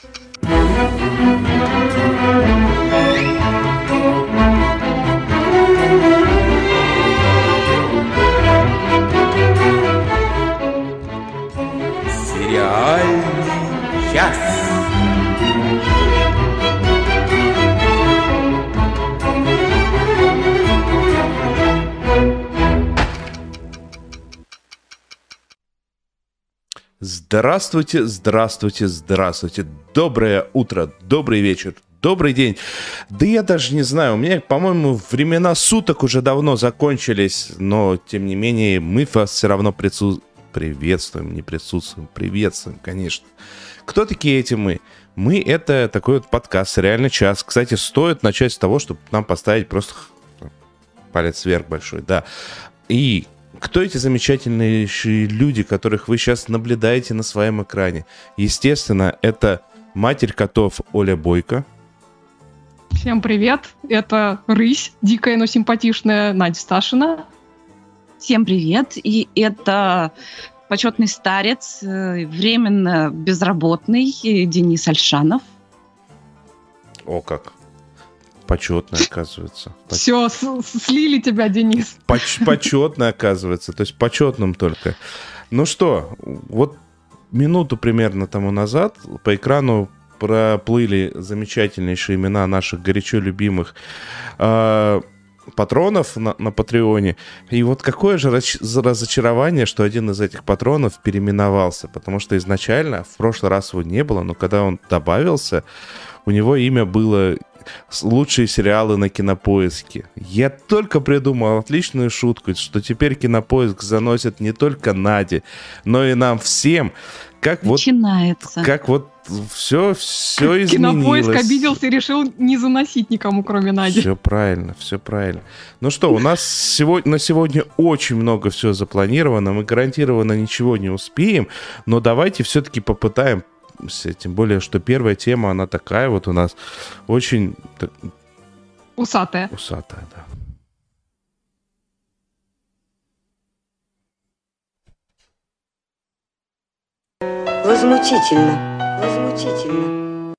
Сериальный час. Здравствуйте, здравствуйте, здравствуйте. Доброе утро, добрый вечер, добрый день. Да я даже не знаю, у меня, по-моему, времена суток уже давно закончились, но, тем не менее, мы вас все равно приветствуем, не присутствуем, приветствуем, конечно. Кто такие эти мы? Мы — это такой вот подкаст «Реальный час». Кстати, стоит начать с того, чтобы нам поставить просто палец вверх большой, да. И кто эти замечательные люди, которых вы сейчас наблюдаете на своем экране? Естественно, это матерь котов Оля Бойко. Всем привет, это рысь, дикая, но симпатичная Надя Сташина. Всем привет, и это почетный старец, временно безработный Денис Альшанов. О, как! Почетный, оказывается. Все, слили тебя, Денис. Почетный, оказывается, то есть почетным только. Ну что, вот минуту примерно тому назад по экрану проплыли замечательнейшие имена наших горячо любимых патронов на Патреоне. И вот какое же разочарование, что один из этих патронов переименовался, потому что изначально, в прошлый раз его не было, но когда он добавился, у него имя было «Лучшие сериалы на Кинопоиске». Я только придумал отличную шутку, что теперь Кинопоиск заносит не только Наде, но и нам всем. Как начинается. Как вот все изменилось. Кинопоиск обиделся и решил не заносить никому, кроме Нади. Все правильно, все правильно. Ну что, у нас на сегодня очень много всего запланировано. Мы гарантированно ничего не успеем, но давайте все-таки попытаем. Тем более, что первая тема, она такая вот у нас очень... Усатая. Усатая, да. Возмутительно. Возмутительно.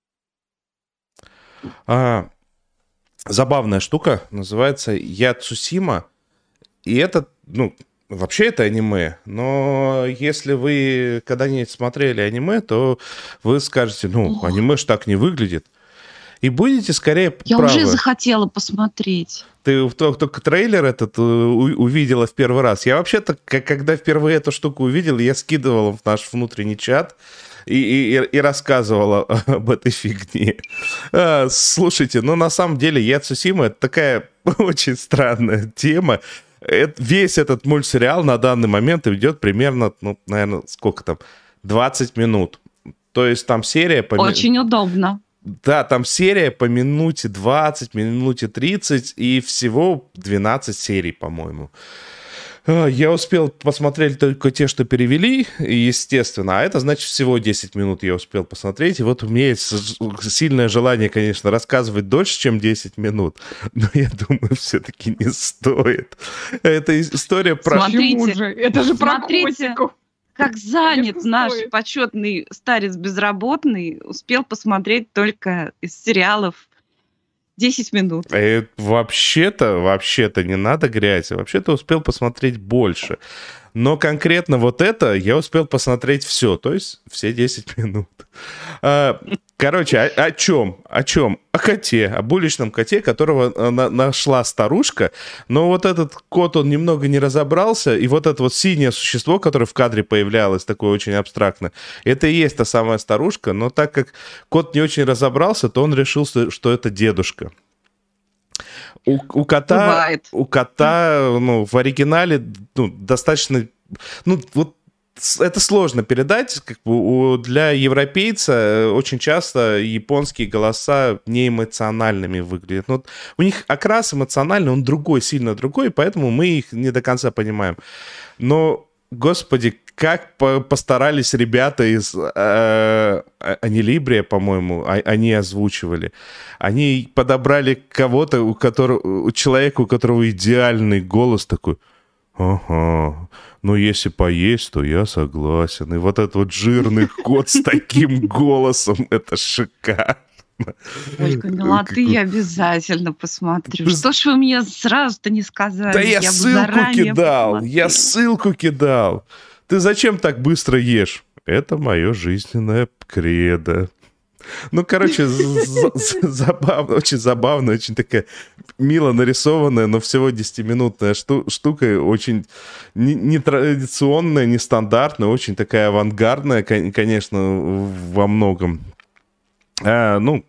Забавная штука, называется Яд Цусима. И это, вообще это аниме, но если вы когда-нибудь смотрели аниме, то вы скажете, аниме ж так не выглядит. И будете скорее правы. Я уже захотела посмотреть. Ты только трейлер этот увидела в первый раз. Я вообще-то, когда впервые эту штуку увидел, я скидывал в наш внутренний чат и рассказывала об этой фигне. Слушайте, на самом деле Яд Цусима — это такая очень странная тема. Весь этот мультсериал на данный момент идет примерно, наверное, сколько там, 20 минут. То есть там серия... Очень удобно. Да, там серия по минуте 20, минуте 30 и всего 12 серий, по-моему. Я успел посмотреть только те, что перевели, естественно, а это значит всего 10 минут я успел посмотреть. И вот у меня есть сильное желание, конечно, рассказывать дольше, чем 10 минут, но я думаю, все-таки не стоит. Это история про... Смотрите, это же про котиков. Как занят наш почетный старец безработный, успел посмотреть только из сериалов 10 минут. Вообще-то не надо грязь. Вообще-то успел посмотреть больше. Но конкретно вот это я успел посмотреть все, то есть все 10 минут. Короче, о чем? О коте, об уличном коте, которого нашла старушка. Но вот этот кот, он немного не разобрался, и вот это вот синее существо, которое в кадре появлялось, такое очень абстрактно, это и есть та самая старушка, но так как кот не очень разобрался, то он решил, что это дедушка. У кота, в оригинале, достаточно, вот это сложно передать, для европейца очень часто японские голоса неэмоциональными выглядят. У них окрас эмоциональный, он другой, сильно другой, поэтому мы их не до конца понимаем. Но, господи, как постарались ребята из Анилибрия, по-моему, они озвучивали. Они подобрали кого-то, у человека, у которого идеальный голос такой: Ага, ну если поесть, то я согласен. И вот этот вот жирный кот с таким голосом, это шикарно. Ольга, милоты, я обязательно посмотрю. Что ж вы мне сразу-то не сказали? Да я ссылку кидал, я ссылку кидал. Ты зачем так быстро ешь? Это мое жизненное кредо. Ну, короче, забавно, очень такая мило нарисованная, но всего 10-минутная штука, очень нетрадиционная, нестандартная, очень такая авангардная, конечно, во многом. Ну,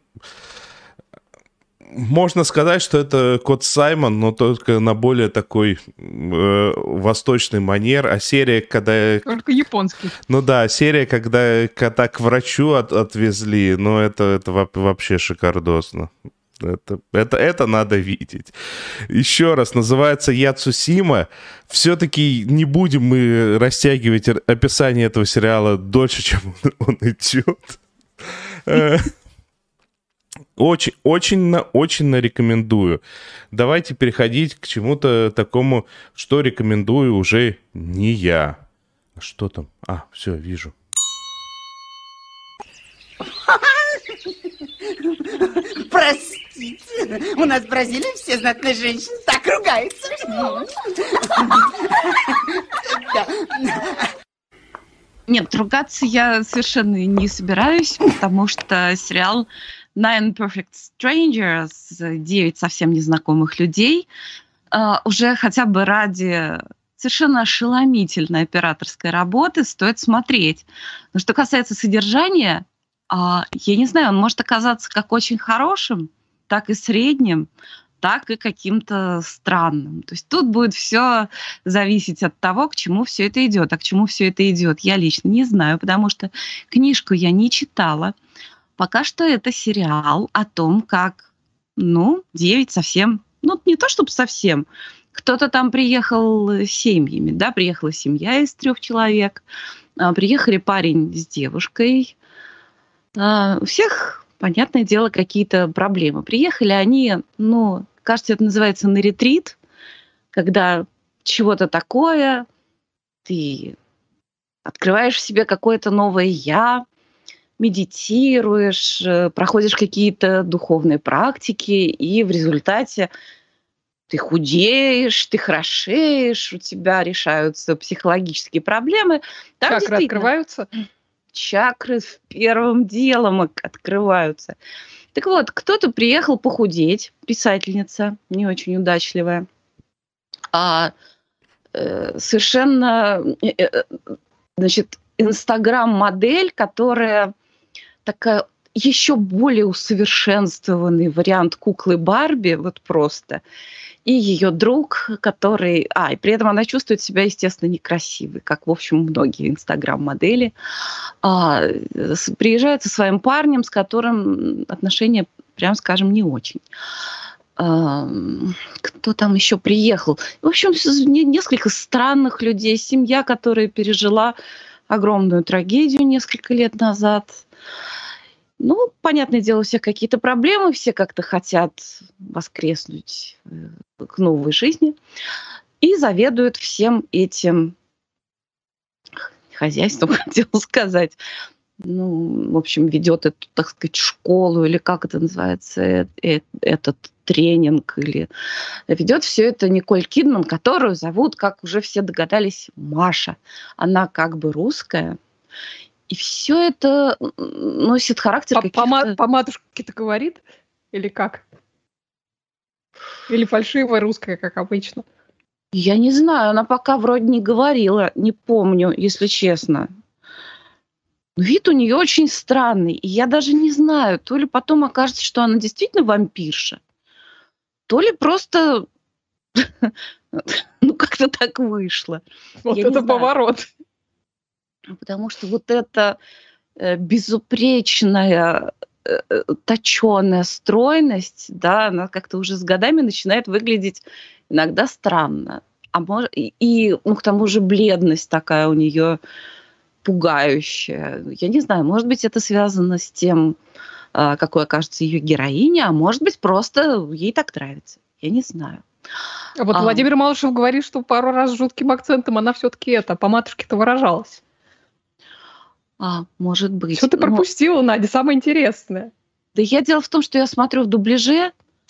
можно сказать, что это Кот Саймон, но только на более такой восточный манер. А серия, когда... Только японский. Ну да, серия, когда кота к врачу отвезли, ну это вообще шикардосно. Это надо видеть. Еще раз, называется «Я Цусима». Все-таки не будем мы растягивать описание этого сериала дольше, чем он идет. Очень рекомендую. Давайте переходить к чему-то такому, что рекомендую уже не я. А что там? Все, вижу. Простите, у нас в Бразилии все знатные женщины так ругаются. Нет, ругаться я совершенно не собираюсь, потому что сериал Nine Perfect Strangers, 9 совсем незнакомых людей, уже хотя бы ради совершенно ошеломительной операторской работы стоит смотреть. Но что касается содержания, я не знаю, он может оказаться как очень хорошим, так и средним, так и каким-то странным. То есть тут будет все зависеть от того, к чему все это идет. А к чему все это идет, я лично не знаю, потому что книжку я не читала. Пока что это сериал о том, как, 9 совсем, не то чтобы совсем, кто-то там приехал с семьями, да, приехала семья из 3 человек, приехали парень с девушкой, у всех, понятное дело, какие-то проблемы. Приехали они, кажется, это называется на ретрит, когда чего-то такое, ты открываешь в себе какое-то новое «я», медитируешь, проходишь какие-то духовные практики, и в результате ты худеешь, ты хорошеешь, у тебя решаются психологические проблемы. Там чакры открываются? Чакры первым делом открываются. Так вот, кто-то приехал похудеть, писательница, не очень удачливая, совершенно, инстаграм-модель, которая такая еще более усовершенствованный вариант куклы Барби, вот просто. И ее друг, который... и при этом она чувствует себя, естественно, некрасивой, как, в общем, многие инстаграм-модели. Приезжает со своим парнем, с которым отношения, прям скажем, не очень. Кто там еще приехал? В общем, несколько странных людей. Семья, которая пережила огромную трагедию несколько лет назад. Понятное дело, у всех какие-то проблемы, все как-то хотят воскреснуть к новой жизни и заведуют всем этим хозяйством, хотела сказать. В общем, ведет эту, так сказать, школу, или как это называется, этот тренинг, или ведет все это Николь Кидман, которую зовут, как уже все догадались, Маша. Она как бы русская. И все это носит характер каких-то... По матушке-то говорит? Или как? Или фальшивая русская, как обычно? Я не знаю, она пока вроде не говорила, не помню, если честно. Но вид у нее очень странный, и я даже не знаю, то ли потом окажется, что она действительно вампирша, то ли просто как-то так вышло. Вот это поворот. Потому что вот эта безупречная, точёная стройность, да, она как-то уже с годами начинает выглядеть иногда странно. К тому же бледность такая у нее пугающая. Я не знаю, может быть, это связано с тем, какой окажется ее героиня, а может быть, просто ей так нравится. Я не знаю. А вот Владимир Малышев говорит, что пару раз с жутким акцентом она все-таки по матушке-то выражалась. Может быть. Что ты пропустила, Надя, самое интересное? Да дело в том, что я смотрю в дубляже.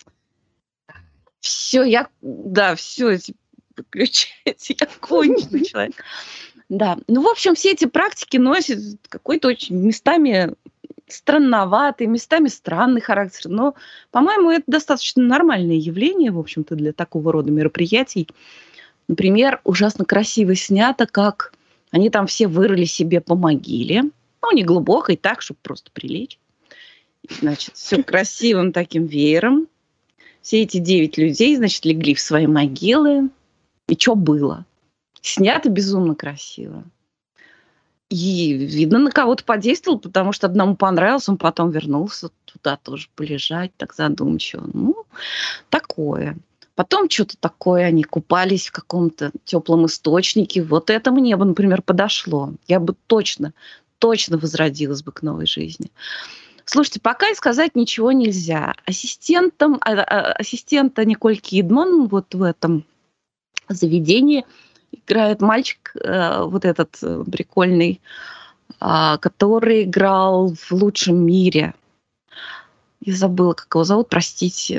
Все, все, выключайте, я конченый человек. Да, в общем, все эти практики носят какой-то очень местами странноватый, местами странный характер. Но, по-моему, это достаточно нормальное явление, в общем-то, для такого рода мероприятий. Например, ужасно красиво снято, как они там все вырыли себе по могиле. Не глубокой, так, чтобы просто прилечь. Значит, все красивым таким веером. Все эти 9 людей, значит, легли в свои могилы. И что было? Снято безумно красиво. И, видно, на кого-то подействовал, потому что одному понравилось, он потом вернулся туда тоже полежать, так задумчиво. Такое. Потом что-то такое, они купались в каком-то теплом источнике. Вот это мне бы, например, подошло. Я бы точно возродилась бы к новой жизни. Слушайте, пока и сказать ничего нельзя. Ассистента Николь Кидман вот в этом заведении играет мальчик, вот этот прикольный, который играл в «Лучшем мире». Я забыла, как его зовут, простите.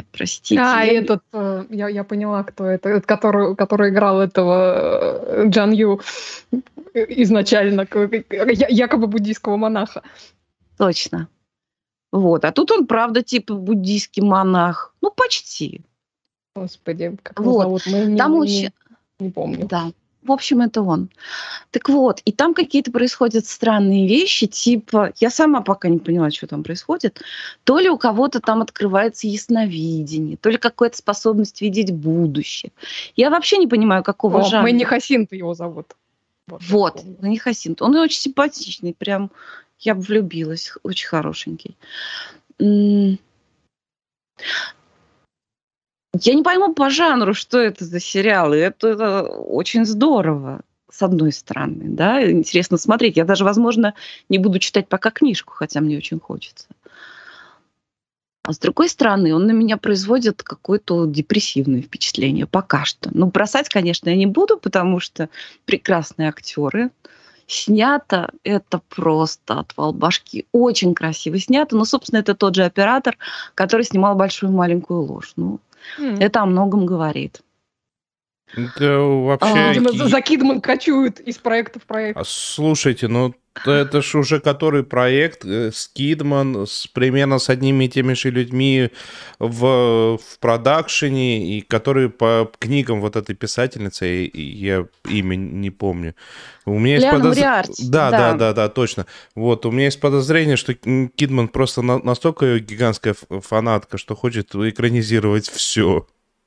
Я поняла, кто это, который играл этого Джан Ю изначально, якобы буддийского монаха. Точно. Вот, а тут он, правда, типа буддийский монах. Почти. Господи, как его зовут? Не помню. Да. В общем, это он. Так вот, и там какие-то происходят странные вещи, типа, я сама пока не поняла, что там происходит, то ли у кого-то там открывается ясновидение, то ли какая-то способность видеть будущее. Я вообще не понимаю, какого жанра. Мэнни Хасинт его зовут. Вот, Мэнни Хасинт. Он очень симпатичный, прям я бы влюбилась, очень хорошенький. Я не пойму по жанру, что это за сериалы. Это очень здорово, с одной стороны. Да? Интересно смотреть. Я даже, возможно, не буду читать пока книжку, хотя мне очень хочется. А с другой стороны, он на меня производит какое-то депрессивное впечатление пока что. Бросать, конечно, я не буду, потому что прекрасные актеры. Снято это просто отвал башки. Очень красиво снято. Собственно, это тот же оператор, который снимал «Большую маленькую ложь». Это о многом говорит. Это вообще... За Кидман кочуют из проекта в проект. Слушайте, это ж уже который проект с Кидман, примерно с одними и теми же людьми в продакшене, и который по книгам вот этой писательницы, я имя не помню. У меня есть Мориарти. Да, точно. Вот, у меня есть подозрение, что Кидман просто настолько гигантская фанатка, что хочет экранизировать все.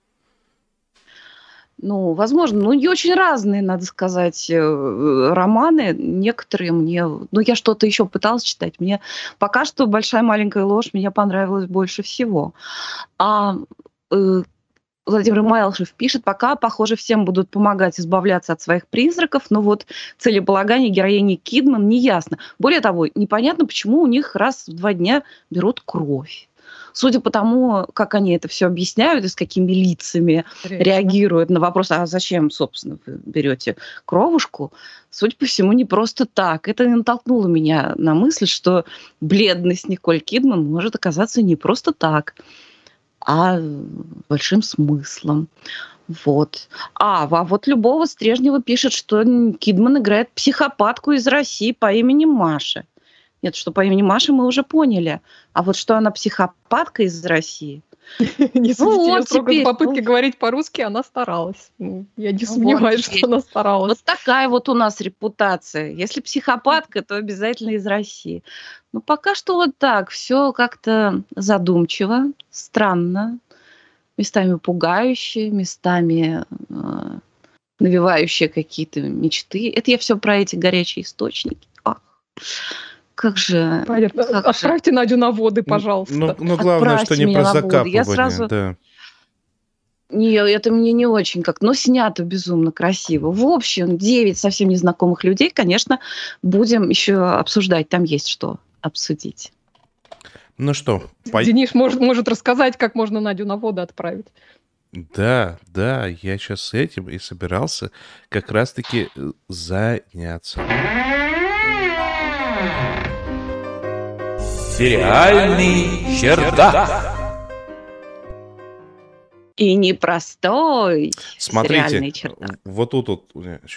Возможно. И очень разные, надо сказать, романы. Некоторые мне... я что-то еще пыталась читать. Мне пока что «Большая маленькая ложь» мне понравилась больше всего. Владимир Малышев пишет, пока, похоже, всем будут помогать избавляться от своих призраков, но целеполагание героини Кидман неясно. Более того, непонятно, почему у них раз в 2 дня берут кровь. Судя по тому, как они это все объясняют и с какими лицами реагируют на вопрос, а зачем, собственно, вы берете кровушку, судя по всему, не просто так. Это натолкнуло меня на мысль, что бледность Николь Кидман может оказаться не просто так, а большим смыслом. Вот. Вот Любова Стрежнева пишет, что Кидман играет психопатку из России по имени Маша. Нет, что по имени Маша мы уже поняли. А вот что она психопатка из России. Не судите строго за попытки говорить по-русски, она старалась. Я не сомневаюсь, что она старалась. Вот такая вот у нас репутация. Если психопатка, то обязательно из России. Пока что вот так. Все как-то задумчиво, странно, местами пугающе, местами навевающие какие-то мечты. Это я все про эти горячие источники. Как же... Понятно. Отправьте Надю на воды, пожалуйста. Главное, что не про закапывание. Я сразу... Да. Нет, это мне не очень но снято безумно красиво. В общем, 9 совсем незнакомых людей, конечно, будем еще обсуждать. Там есть что обсудить. Что? Денис может рассказать, как можно Надю на воды отправить. Да, я сейчас с этим и собирался как раз-таки заняться. Сериальный чердак. И непростой Смотрите, сериальный чердак. вот тут,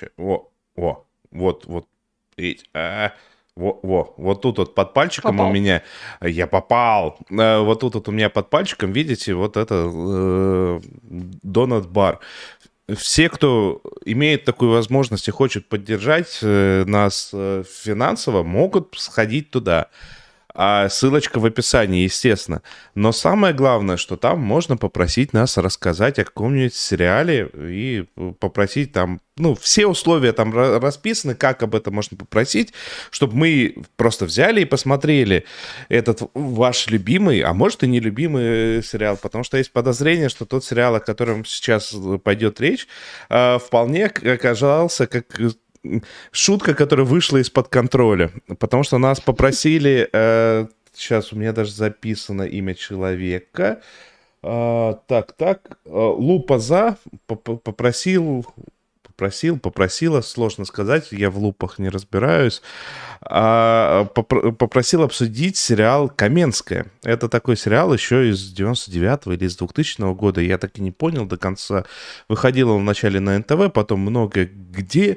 вот тут вот под пальчиком Попал. у меня, я попал, вот тут вот у меня под пальчиком, видите, вот это донат-бар. Все, кто имеет такую возможность и хочет поддержать нас финансово, могут сходить туда. А ссылочка в описании, естественно. Но самое главное, что там можно попросить нас рассказать о каком-нибудь сериале и попросить там... Ну, все условия там расписаны, как об этом можно попросить, чтобы мы просто взяли и посмотрели этот ваш любимый, а может и нелюбимый сериал, потому что есть подозрение, что тот сериал, о котором сейчас пойдет речь, вполне оказался как... шутка, которая вышла из-под контроля, потому что нас попросили, сейчас у меня даже записано имя человека, Лупаза попросила, сложно сказать, я в лупах не разбираюсь, попросил обсудить сериал «Каменская». Это такой сериал еще из 99-го или из 2000 года, я так и не понял до конца. Выходил он вначале на НТВ, потом много где.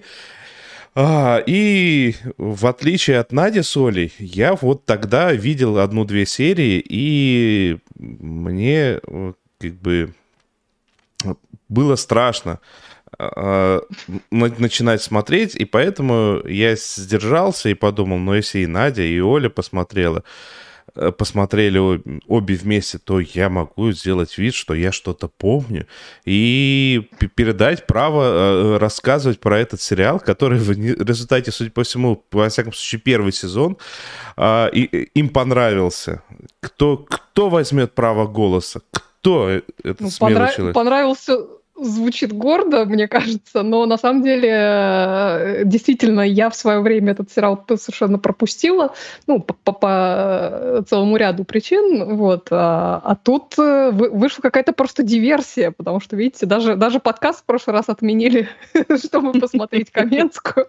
И в отличие от Нади с Олей, я вот тогда видел 1-2 серии, и мне как бы было страшно начинать смотреть, и поэтому я сдержался и подумал, ну если и Надя, и Оля посмотрели обе вместе, то я могу сделать вид, что я что-то помню, и передать право рассказывать про этот сериал, который в результате, судя по всему, во всяком случае, первый сезон, им понравился. Кто возьмет право голоса? Кто этот смелый человек? Понравился... Звучит гордо, мне кажется, но на самом деле действительно я в свое время этот сериал совершенно пропустила, ну, по целому ряду причин, вот, а тут вышла какая-то просто диверсия, потому что, видите, даже подкаст в прошлый раз отменили, чтобы посмотреть Каменскую.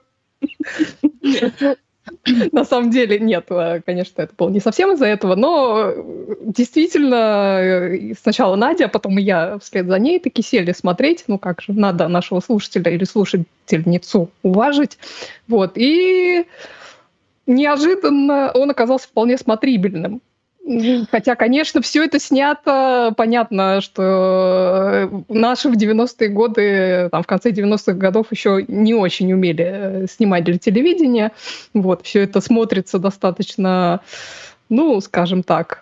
На самом деле, нет, конечно, это было не совсем из-за этого, но действительно сначала Надя, а потом и я вслед за ней таки сели смотреть, ну как же, надо нашего слушателя или слушательницу уважить, вот, и неожиданно он оказался вполне смотрибельным. Хотя, конечно, все это снято, понятно, что наши в 90-е годы, там, в конце 90-х годов еще не очень умели снимать для телевидения. Вот, все это смотрится достаточно, ну, скажем так,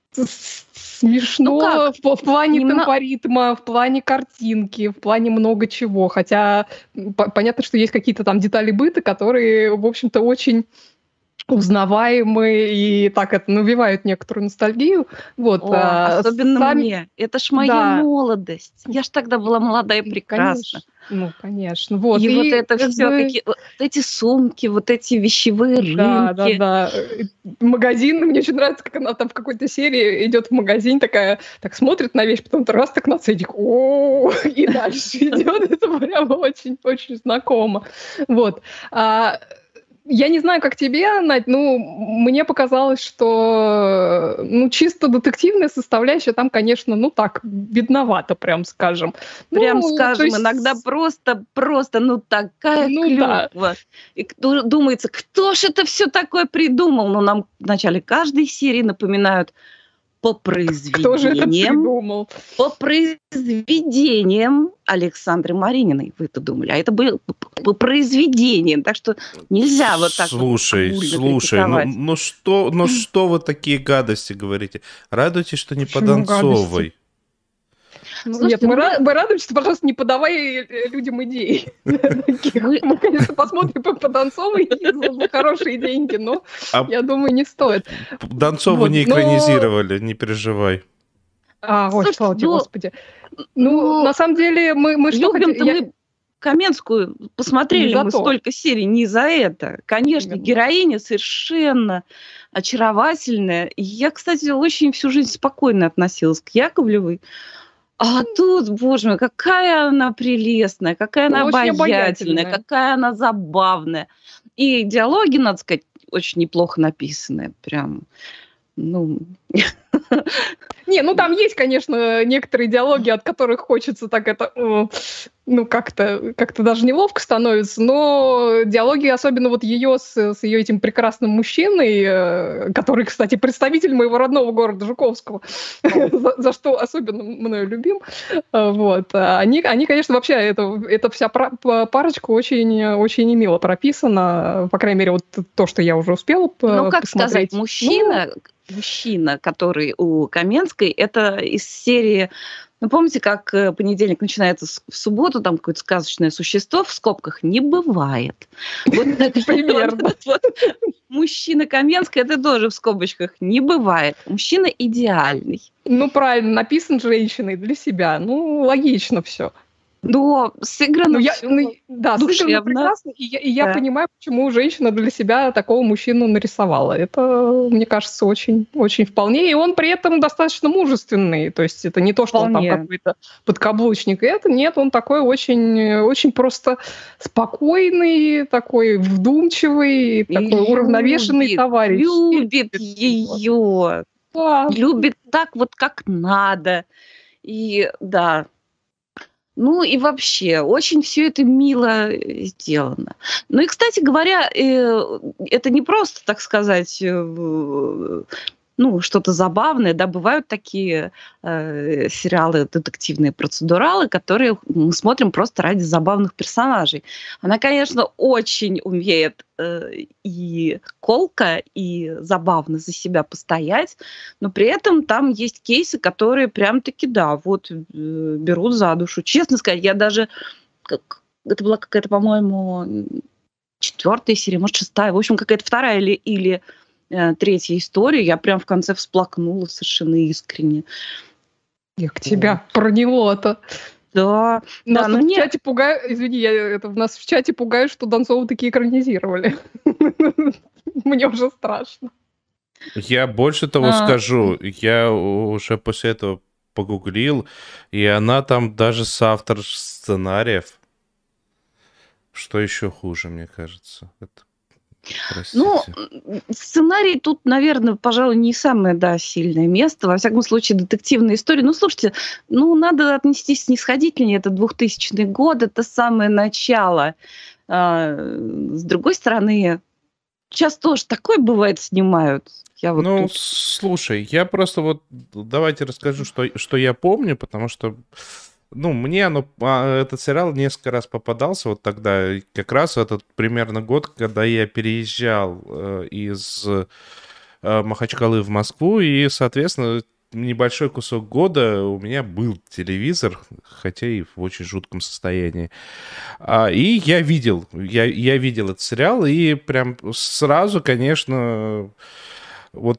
смешно в плане темпоритма, в плане картинки, в плане много чего. Хотя понятно, что есть какие-то там детали быта, которые, в общем-то, очень... узнаваемые и так это навевают некоторую ностальгию. Вот, особенно мне. Это ж моя молодость. Я ж тогда была молодая и прекрасна. Конечно. Вот. И вот это все, вот эти сумки, вот эти вещевые рынки. Да. Магазин, мне очень нравится, как она там в какой-то серии идет в магазин, такая, так смотрит на вещь, потом раз так на ценник, и дальше идет. Это прямо очень-очень знакомо. Вот. Я не знаю, как тебе, Надь, ну, мне показалось, что, ну, чисто детективная составляющая там, конечно, ну, так, бедновато, прям скажем. Прям скажем, есть... иногда просто, ну, такая клёва. Да. И думается, кто ж это все такое придумал? Ну, нам в начале каждой серии напоминают по произведениям. Кто же это придумал? По произведениям Александры Марининой, вы это думали. А это было по произведениям. Так что нельзя вот так Слушай, ну что вы такие гадости говорите? Радуйтесь, что не по Донцовой. Нет, мы радуемся, пожалуйста, не подавай людям идей. Мы, конечно, посмотрим по Донцовой за хорошие деньги, но я думаю, не стоит. Донцову не экранизировали, не переживай. Ой, слава тебе, Господи. Ну, на самом деле, мы что хотим... Каменскую посмотрели мы столько серий не за это. Конечно, героиня совершенно очаровательная. Я, кстати, очень всю жизнь спокойно относилась к Яковлевой. А тут, боже мой, какая она прелестная, какая она Очень обаятельная, обаятельная. какая она забавная. И диалоги, надо сказать, очень неплохо написанные. Прям, ну... Не, ну там есть, конечно, некоторые диалоги, от которых хочется так это, ну, как-то даже неловко становится, но диалоги, особенно вот ее с ее этим прекрасным мужчиной, который, кстати, представитель моего родного города Жуковского, за что особенно мною любим, вот, они, конечно, вообще, эта вся парочка очень мило прописана, по крайней мере, вот то, что я уже успела Ну, как посмотреть. сказать, мужчина, который у Каменской, это из серии... Ну, помните, как понедельник начинается в субботу, там какое-то сказочное существо в скобках не бывает. Вот примерно. Мужчина Каменской, это тоже в скобочках не бывает. Мужчина идеальный. Ну, правильно, написан женщиной для себя. Ну, логично все. Но сыграно Да, душевно. сыграно прекрасно, и я Да. понимаю, почему женщина для себя такого мужчину нарисовала. Это, мне кажется, очень, очень вполне. И он при этом достаточно мужественный. То есть это не то, что он там Вполне. какой-то подкаблучник. Это нет, он такой очень, очень просто спокойный, такой вдумчивый, И такой уравновешенный любит, товарищ. Любит ее. Да. Любит так вот, как надо. И да. Ну и вообще, очень все это мило сделано. Ну и, кстати говоря, это не просто, так сказать, ну, что-то забавное, да, бывают такие сериалы детективные процедуралы, которые мы смотрим просто ради забавных персонажей. Она, конечно, очень умеет и колко, и забавно за себя постоять, но при этом там есть кейсы, которые прям-таки, да, вот берут за душу. Честно сказать, я даже... Это была какая-то, по-моему, 4-я серия, может, 6-я, в общем, какая-то 2-я или 3-я история, я прям в конце всплакнула совершенно искренне. Их тебя проняло-то. Да, Нас да, тут в чате пугают, извини, нас в чате пугают, что Донцову таки экранизировали. Мне уже страшно. Я больше того скажу, я уже после этого погуглил, и она там даже соавтор сценариев. Что еще хуже, мне кажется. Простите. Ну, сценарий тут, наверное, пожалуй, не самое, да, сильное место. Во всяком случае, детективная история. Ну, слушайте, ну, надо отнестись снисходительнее. Это 2000 год, это самое начало. С другой стороны, сейчас тоже такое бывает снимают. Я вот Ну, тут... слушай, я просто вот... Давайте расскажу, что я помню, потому что... Ну, мне этот сериал несколько раз попадался вот тогда, как раз этот примерно год, когда я переезжал из Махачкалы в Москву, и, соответственно, небольшой кусок года у меня был телевизор, хотя и в очень жутком состоянии. И я видел этот сериал, и прям сразу, конечно... Вот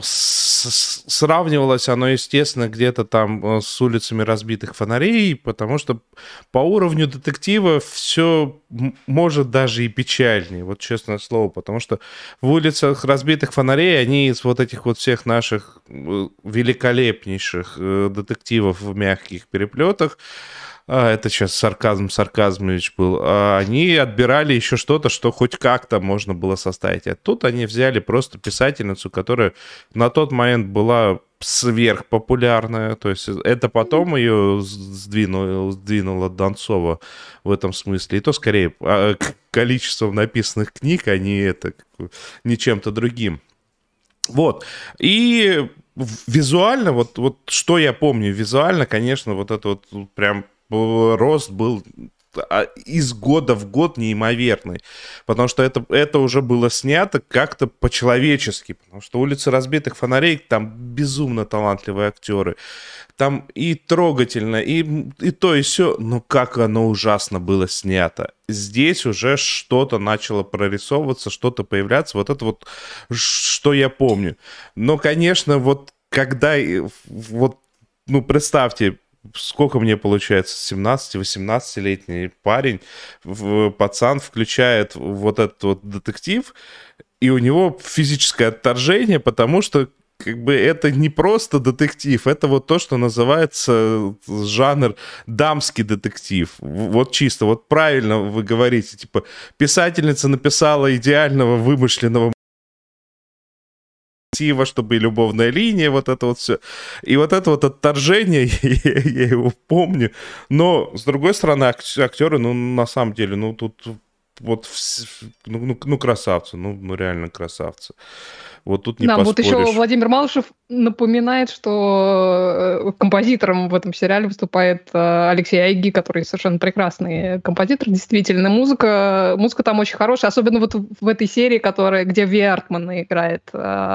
сравнивалось оно, естественно, где-то там с улицами разбитых фонарей, потому что по уровню детектива все может даже и печальнее, вот честное слово, потому что в улицах разбитых фонарей они из вот этих вот всех наших великолепнейших детективов в мягких переплетах, это сейчас Сарказмович был, они отбирали еще что-то, что хоть как-то можно было составить. А тут они взяли просто писательницу, которая на тот момент была сверхпопулярная, то есть это потом ее сдвинула Донцова в этом смысле, и то скорее количеством написанных книг, а не чем-то другим. Вот, и визуально, вот что я помню, визуально, конечно, вот это вот прям рост был из года в год неимоверный, потому что это уже было снято как-то по-человечески, потому что «Улицы разбитых фонарей», там безумно талантливые актеры, там и трогательно, и то, и сё, но как оно ужасно было снято. Здесь уже что-то начало прорисовываться, что-то появляться, вот это вот, что я помню. Но, конечно, вот когда, вот, ну, представьте, сколько мне получается, 17-18-летний парень, пацан включает вот этот вот детектив, и у него физическое отторжение, потому что как бы это не просто детектив, это вот то, что называется жанр дамский детектив. Вот чисто, вот правильно вы говорите, типа, писательница написала идеального вымышленного чтобы и любовная линия, вот это вот все. И вот это вот отторжение, я его помню. Но, с другой стороны, актеры, ну, на самом деле, ну, тут вот, ну красавцы, ну, реально красавцы. Вот тут не поспоришь. Вот еще Владимир Малышев напоминает, что композитором в этом сериале выступает Алексей Айги, который совершенно прекрасный композитор, действительно. Музыка там очень хорошая, особенно вот в этой серии, где Ви Артман играет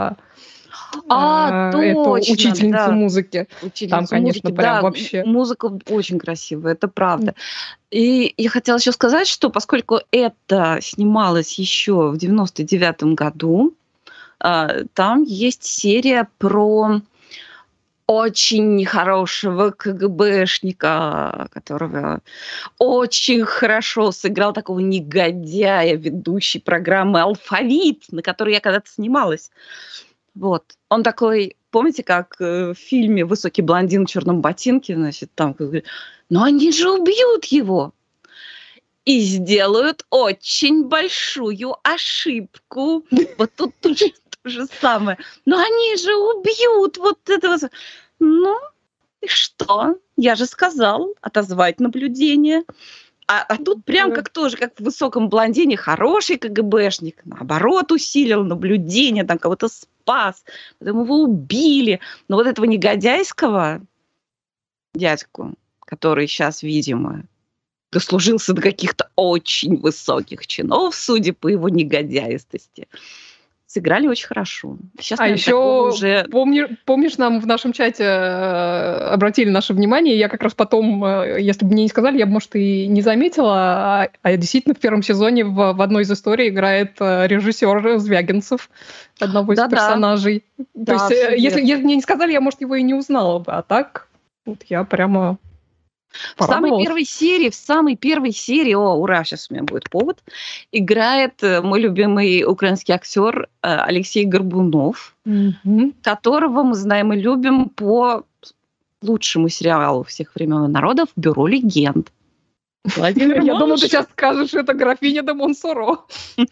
эту учительницу музыки. Там, конечно, прям вообще... Музыка очень красивая, это правда. И я хотела еще сказать, что поскольку это снималось еще в 99-м году, там есть серия про очень нехорошего КГБшника, которого очень хорошо сыграл такого негодяя, ведущий программы «Алфавит», на которой я когда-то снималась. Вот. Он такой, помните, как в фильме «Высокий блондин в черном ботинке», значит, там, но они же убьют его. И сделают очень большую ошибку. Вот тут тоже то же самое. Но они же убьют вот этого. Ну, и что? Я же сказал, отозвать наблюдение. А тут прям как тоже, как в «Высоком блондине», хороший КГБшник, наоборот, усилил наблюдение, там кого-то спас, потом его убили. Но вот этого негодяйского дядьку, который сейчас, видимо, дослужился до каких-то очень высоких чинов, судя по его негодяйстости, сыграли очень хорошо. Сейчас, еще уже... помнишь, нам в нашем чате обратили наше внимание, я как раз потом, если бы мне не сказали, я бы, может, и не заметила, а действительно в первом сезоне в одной из историй играет режиссер Звягинцев, одного из персонажей. То есть, если мне не сказали, я, может, его и не узнала бы, а так вот я прямо... В самой первой серии, о, ура, сейчас у меня будет повод, играет мой любимый украинский актер Алексей Горбунов, которого мы знаем и любим по лучшему сериалу всех времен и народов «Бюро легенд». Я думала, ты сейчас скажешь, это «Графиня де Монсоро».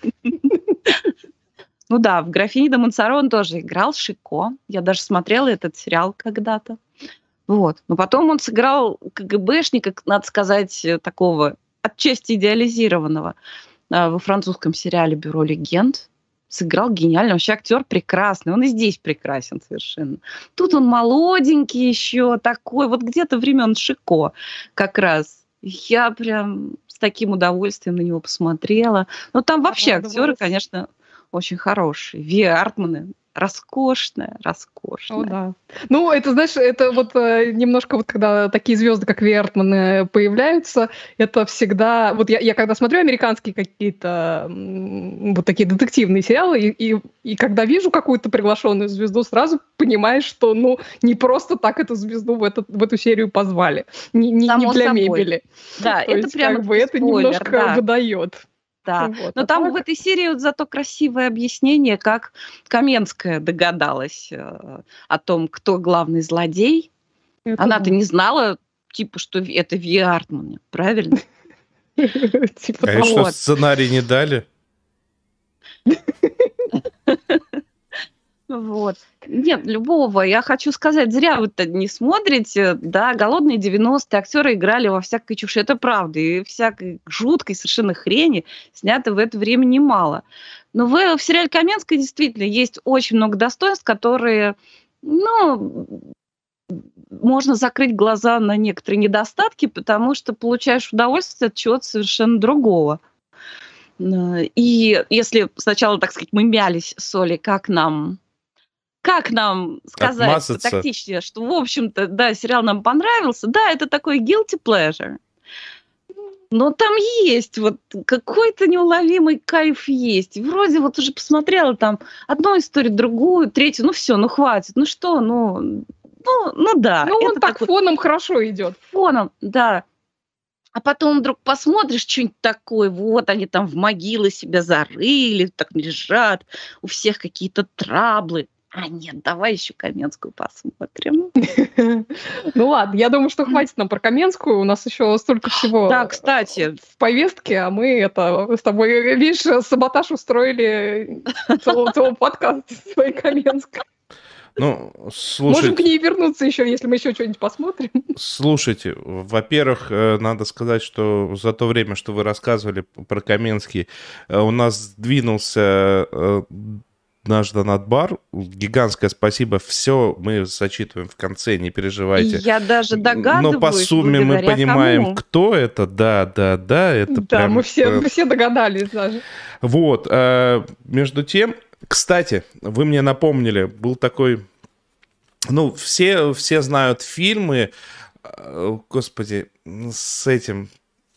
Ну да, в «Графине де Монсоро» он тоже играл Шико. Я даже смотрела этот сериал когда-то. Вот. Но потом он сыграл КГБшника, надо сказать, такого отчасти идеализированного во французском сериале «Бюро легенд». Сыграл гениально. Вообще актер прекрасный. Он и здесь прекрасен совершенно. Тут он молоденький еще, такой, вот где-то времен Шико как раз. Я прям с таким удовольствием на него посмотрела. Но там вообще актеры, конечно, очень хорошие. Ви Артман роскошная. О, да. Ну, это, знаешь, это вот немножко вот когда такие звезды, как Ви Артман, появляются, это всегда... Вот я когда смотрю американские какие-то вот такие детективные сериалы, и когда вижу какую-то приглашенную звезду, сразу понимаешь, что, ну, не просто так эту звезду в эту серию позвали. Не для мебели. Да, то это есть, прямо как бы это немножко выдает. Да. Вот, но там в этой серии вот зато красивое объяснение, как Каменская догадалась о том, кто главный злодей. Она-то не знала, типа, что это Ви Артман, правильно? А что, сценарий не дали? Вот. Нет, любого. Я хочу сказать, зря вы-то не смотрите. Да, голодные 90-е актеры играли во всякой чуши. Это правда. И всякой жуткой совершенно хрени снято в это время немало. Но в сериале «Каменская» действительно есть очень много достоинств, которые, ну, можно закрыть глаза на некоторые недостатки, потому что получаешь удовольствие от чего-то совершенно другого. И если сначала, так сказать, мы мялись с Олей, как нам сказать тактичнее, что, в общем-то, да, сериал нам понравился, да, это такой guilty pleasure, но там есть вот какой-то неуловимый кайф есть. Вроде вот уже посмотрела там одну историю, другую, третью, ну все, ну хватит, ну что, ну да. Ну он так фоном хорошо идет. Фоном, да. А потом вдруг посмотришь что-нибудь такое, вот они там в могилы себя зарыли, так лежат, у всех какие-то траблы. А нет, давай еще Каменскую посмотрим. Ну ладно, я думаю, что хватит нам про Каменскую. У нас еще столько всего Да, кстати, в повестке, а мы с тобой, видишь, саботаж устроили целого подкаста своей Каменской. Ну, Можем к слушайте, ней вернуться еще, если мы еще что-нибудь посмотрим. слушайте, во-первых, надо сказать, что за то время, что вы рассказывали про Каменский, у нас сдвинулся наш донат-бар. Гигантское спасибо. Все мы зачитываем в конце, не переживайте. я даже догадываюсь, Но по сумме мы благодаря понимаем, кому. кто это. Да, это Да, прям... мы все догадались даже. Вот. Между тем, кстати, вы мне напомнили, был такой... Ну, все знают фильмы, господи, с этим...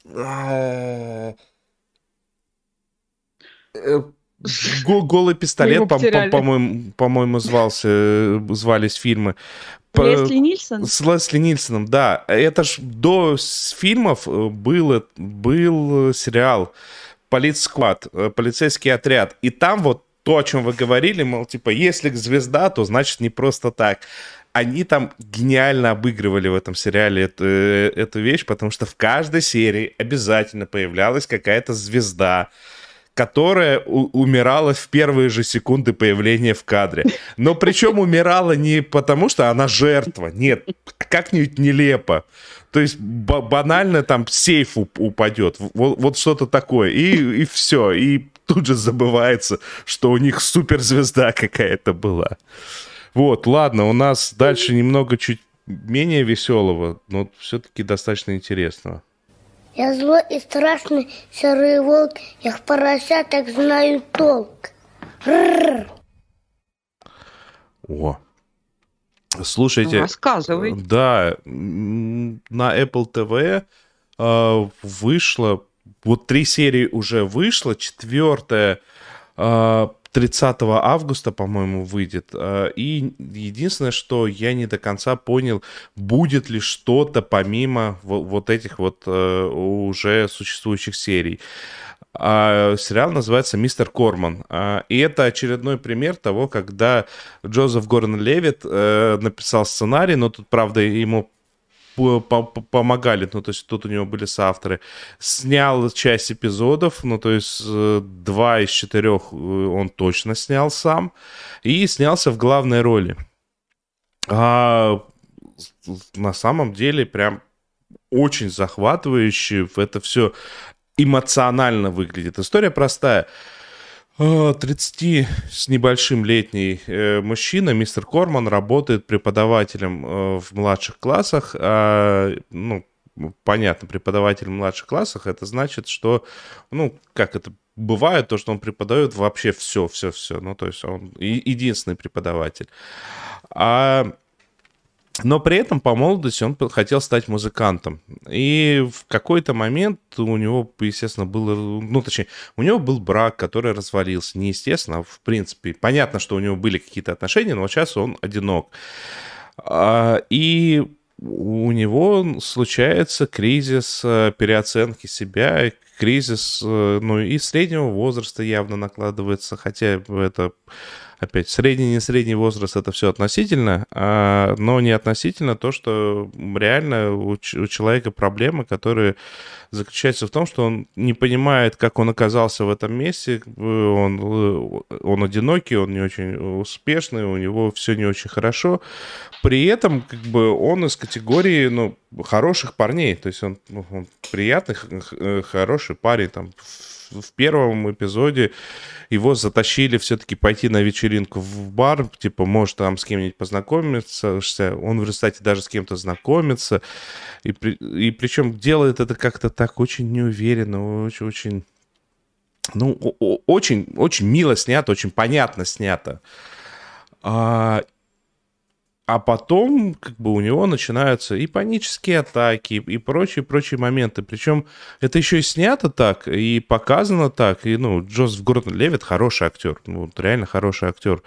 Голый пистолет, по-моему, звались фильмы. Лесли Нильсон? С Лесли Нильсоном, да. Это ж до фильмов был сериал «Полицсквад», «Полицейский отряд». И там вот то, о чем вы говорили, мол, типа, если звезда, то значит не просто так. Они там гениально обыгрывали в этом сериале эту вещь, потому что в каждой серии обязательно появлялась какая-то звезда, которая умирала в первые же секунды появления в кадре. Но причем умирала не потому, что она жертва. Нет, как-нибудь нелепо. То есть банально там сейф упадет. Вот что-то такое. И все. И тут же забывается, что у них суперзвезда какая-то была. Вот, ладно, у нас дальше немного чуть менее веселого, но все-таки достаточно интересного. Я злой и страшный серый волк, я в поросятах знаю толк. О, слушайте, рассказывай. Да, на Apple TV вышло, вот 3 серии уже вышло, 4-я 30 августа, по-моему, выйдет. И единственное, что я не до конца понял, будет ли что-то помимо вот этих вот уже существующих серий. Сериал называется «Мистер Корман». И это очередной пример того, когда Джозеф Гордон-Левитт написал сценарий, но тут, правда, ему помогали, ну, то есть тут у него были соавторы, снял часть эпизодов, ну, то есть 2 из 4 он точно снял сам, и снялся в главной роли. На самом деле прям очень захватывающе, это все эмоционально выглядит. История простая. 30 с небольшим летний мужчина, мистер Корман, работает преподавателем в младших классах. Ну, понятно, преподаватель в младших классах, это значит, что, ну, как это бывает, то, что он преподает вообще все. Ну, то есть он единственный преподаватель. Но при этом по молодости он хотел стать музыкантом. И в какой-то момент у него, естественно, было... Ну, точнее, у него был брак, который развалился. Не естественно, а в принципе. Понятно, что у него были какие-то отношения, но сейчас он одинок. И у него случается кризис переоценки себя, кризис, ну, и среднего возраста явно накладывается, хотя это... Опять, средний, не средний возраст, это все относительно, но не относительно то, что реально у человека проблемы, которые заключаются в том, что он не понимает, как он оказался в этом месте, он одинокий, он не очень успешный, у него все не очень хорошо. При этом, как бы, он из категории, ну, хороших парней, то есть он приятный, хороший парень, там, в первом эпизоде его затащили все-таки пойти на вечеринку в бар, типа, может, там с кем-нибудь познакомиться. Он в результате даже с кем-то знакомится. И причем делает это как-то так очень неуверенно, очень, ну, очень мило снято, очень понятно снято. А потом, как бы, у него начинаются и панические атаки, и прочие моменты. Причем это еще и снято так, и показано так. И, ну, Джозеф Гордон-Левитт хороший актер, ну, реально хороший актер.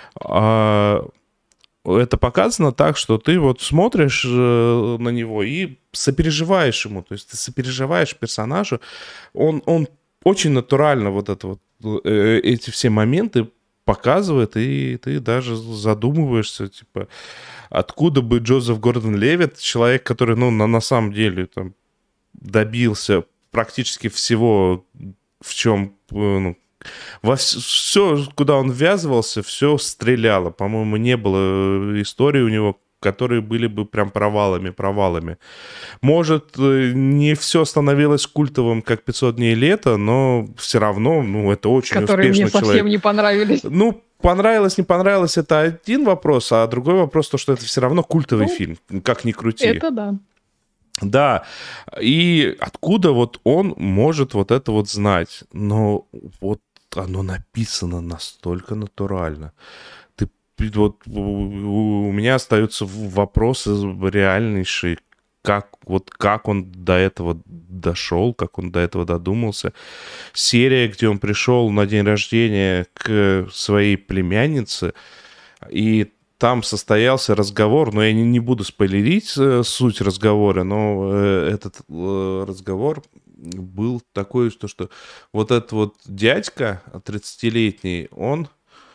Это показано так, что ты вот смотришь на него и сопереживаешь ему. То есть ты сопереживаешь персонажу. Он очень натурально вот это вот, эти все моменты показывает, и ты даже задумываешься, типа, откуда бы Джозеф Гордон-Левитт, человек, который, ну, на самом деле, там, добился практически всего, в чем, ну, все, куда он ввязывался, все стреляло. По-моему, не было истории у него, которые были бы прям провалами. Может, не все становилось культовым, как «500 дней лета», но все равно, ну, это очень которые успешный мне совсем человек. не понравились. Ну, понравилось, не понравилось, это один вопрос, а другой вопрос, то, что это все равно культовый фильм, как ни крути. Это да. Да, и откуда вот он может вот это вот знать? Но вот оно написано настолько натурально. Вот у меня остаются вопросы реальнейшие, как он до этого дошел, как он до этого додумался. Серия, где он пришел на день рождения к своей племяннице, и там состоялся разговор, но я не буду спойлерить суть разговора, но этот разговор был такой, что вот этот вот дядька 30-летний, он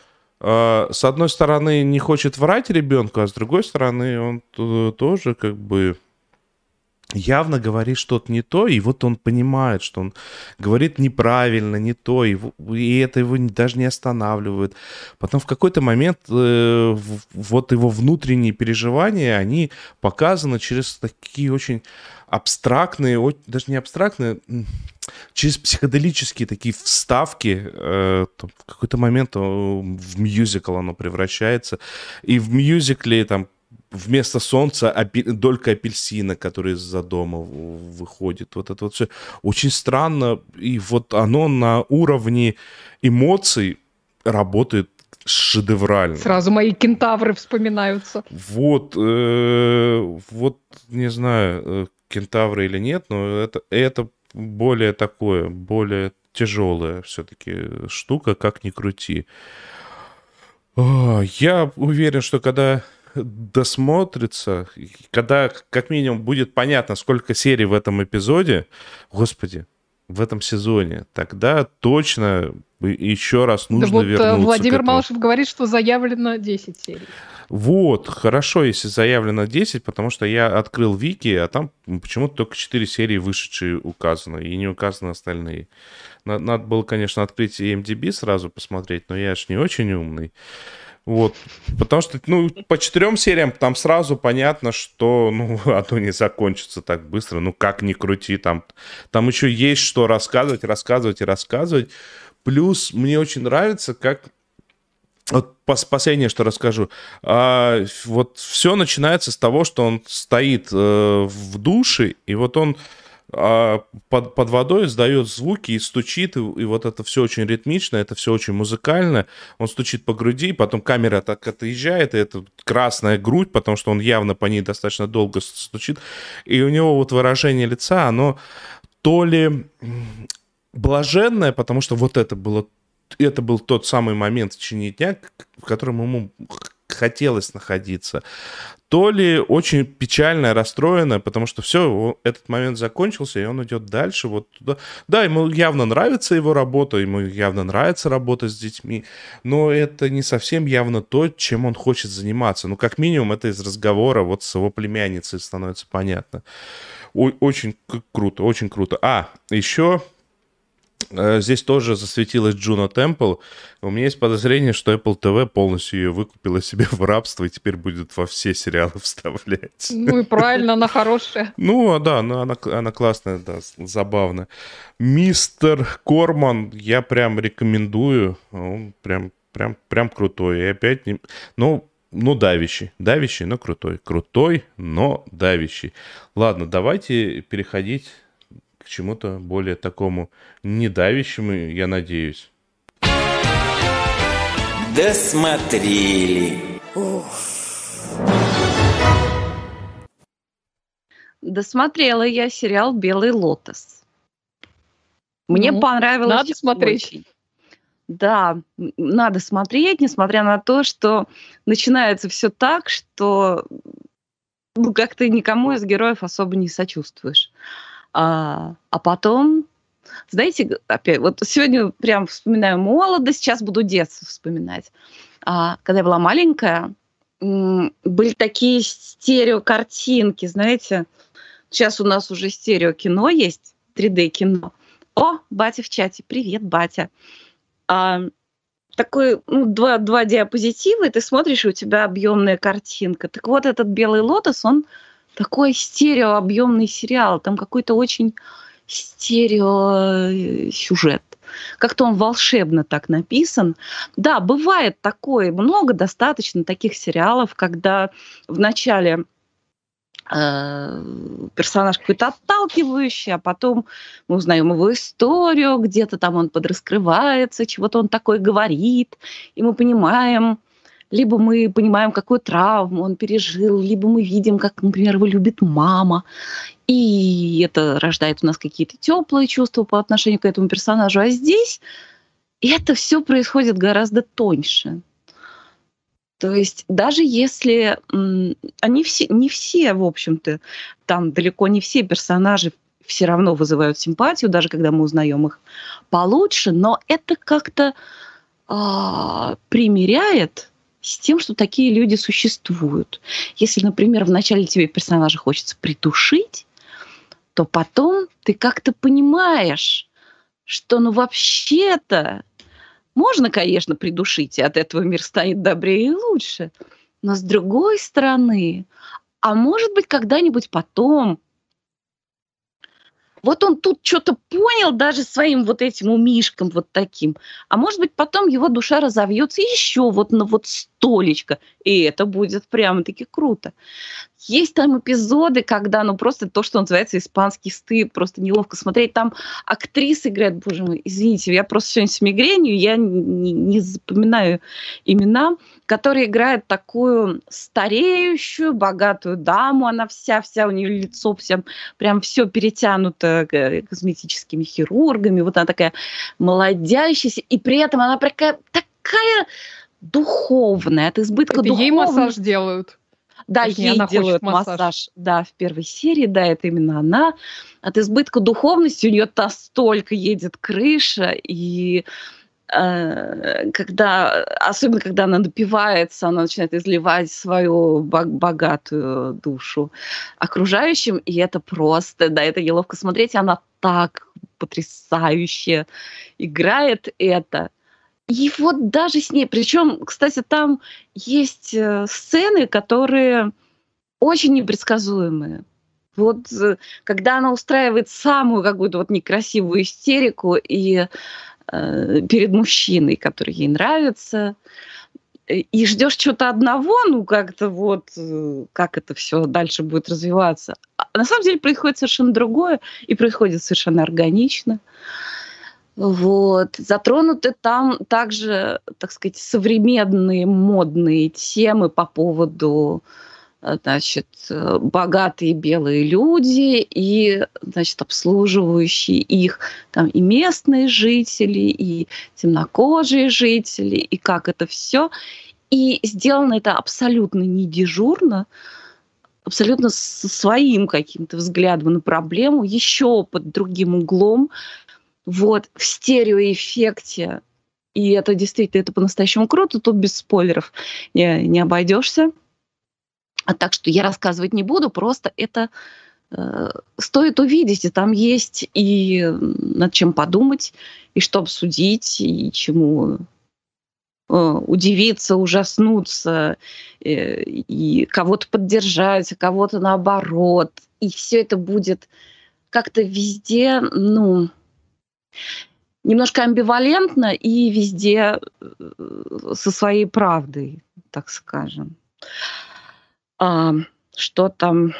с одной стороны не хочет врать ребенку, а с другой стороны он тоже как бы явно говорит что-то не то, и вот он понимает, что он говорит неправильно, не то, и это его даже не останавливает. Потом в какой-то момент вот его внутренние переживания, они показаны через такие очень абстрактные, даже не абстрактные, через психоделические такие вставки. В какой-то момент в мюзикл оно превращается, и в мюзикле там вместо солнца долька апельсина, который из-за дома выходит. Вот это вот все очень странно. И вот оно на уровне эмоций работает шедеврально. Сразу мои кентавры вспоминаются. Вот, не знаю, кентавры или нет, но это более такое, более тяжелая все-таки штука, как ни крути. Я уверен, что когда досмотрится, когда как минимум будет понятно, сколько серий в этом эпизоде, господи, в этом сезоне, тогда точно еще раз нужно вернуться. Владимир Малышев говорит, что заявлено 10 серий. Вот, хорошо, если заявлено 10, потому что я открыл Вики, а там почему-то только 4 серии вышедшие указаны, и не указаны остальные. Надо было, конечно, открыть IMDb сразу посмотреть, но я ж не очень умный. Вот, потому что, ну, по 4 сериям там сразу понятно, что, ну, оно не закончится так быстро, ну, как ни крути, там еще есть что рассказывать. Плюс мне очень нравится, как, вот последнее, что расскажу, вот все начинается с того, что он стоит в душе, и вот он под водой издает звуки и стучит, и вот это все очень ритмично, это все очень музыкально. Он стучит по груди, потом камера так отъезжает, и это красная грудь, потому что он явно по ней достаточно долго стучит. И у него вот выражение лица, оно то ли блаженное, потому что вот это был тот самый момент в течение дня, в котором ему хотелось находиться, то ли очень печально, расстроено, потому что все, этот момент закончился, и он идет дальше вот туда. Да, ему явно нравится его работа, ему явно нравится работа с детьми, но это не совсем явно то, чем он хочет заниматься. Ну, как минимум, это из разговора вот с его племянницей становится понятно. Очень круто, очень круто. Еще... Здесь тоже засветилась Джуно Темпл. У меня есть подозрение, что Apple TV полностью ее выкупила себе в рабство и теперь будет во все сериалы вставлять. Ну и правильно, она хорошая. Ну, да, она классная, да, забавная. Мистер Корман я прям рекомендую. Он прям крутой. И опять, давящий, но крутой. Крутой, но давящий. Ладно, давайте переходить к чему-то более такому недавящему, я надеюсь. Досмотрели. Досмотрела я сериал «Белый лотос». Мне понравилось. Надо смотреть. Очень. Да, надо смотреть, несмотря на то, что начинается все так, что как ты никому из героев особо не сочувствуешь. А потом Знаете, опять, вот сегодня прям вспоминаю молодость, сейчас буду детство вспоминать. Когда я была маленькая, были такие стереокартинки, знаете. Сейчас у нас уже стереокино есть, 3D-кино. О, батя в чате. Привет, батя. Такой, два диапозитива, и ты смотришь, и у тебя объемная картинка. Так вот, этот «Белый лотос», он такой стереообъемный сериал. Там какой-то очень стереосюжет. Как-то он волшебно так написан. Да, бывает такое, много достаточно таких сериалов, когда вначале персонаж какой-то отталкивающий, а потом мы узнаем его историю, где-то там он подраскрывается, чего-то он такое говорит, и мы понимаем, либо мы понимаем, какую травму он пережил, либо мы видим, как, например, его любит мама, и это рождает у нас какие-то теплые чувства по отношению к этому персонажу. А здесь это все происходит гораздо тоньше. То есть даже если они не все, в общем-то, там далеко не все персонажи все равно вызывают симпатию, даже когда мы узнаем их получше, но это как-то примиряет с тем, что такие люди существуют. Если, например, вначале тебе персонажа хочется придушить, то потом ты как-то понимаешь, что вообще-то можно, конечно, придушить, и от этого мир станет добрее и лучше. Но с другой стороны, а может быть, когда-нибудь потом, вот он тут что-то понял даже своим вот этим умишком вот таким, а может быть, потом его душа разовьется еще вот на вот столечко, и это будет прямо-таки круто. Есть там эпизоды, когда, просто то, что называется испанский стыд, просто неловко смотреть. Там актриса играет, боже мой, извините, я просто сегодня с мигренью, я не запоминаю имена, которая играет такую стареющую, богатую даму, она вся у нее лицо прям все перетянуто косметическими хирургами, вот она такая молодящаяся, и при этом она такая духовная, от избытка духовности. Ей массаж делают. Да, ей делают массаж. Да, в первой серии, да, это именно она. От избытка духовности у нее настолько едет крыша, и особенно когда она напивается, она начинает изливать свою богатую душу окружающим, и это просто, да, это неловко смотреть, и она так потрясающе играет это. И вот даже с ней, причем, кстати, там есть сцены, которые очень непредсказуемые. Вот когда она устраивает самую какую-то вот некрасивую истерику и перед мужчиной, который ей нравится, и ждешь чего-то одного, как-то вот, как это все дальше будет развиваться. А на самом деле происходит совершенно другое, и происходит совершенно органично. Вот. Затронуты там также, так сказать, современные модные темы по поводу, значит, богатые белые люди и, значит, обслуживающие их там и местные жители, и темнокожие жители, и как это все. И сделано это абсолютно не дежурно, абсолютно со своим каким-то взглядом на проблему, еще под другим углом, вот, в стереоэффекте. И это действительно, это по-настоящему круто, тут без спойлеров не обойдешься. Так что я рассказывать не буду, просто это стоит увидеть, и там есть и над чем подумать, и что обсудить, и чему удивиться, ужаснуться, и кого-то поддержать, а кого-то наоборот. И все это будет как-то везде, немножко амбивалентно и везде со своей правдой, так скажем. Что там?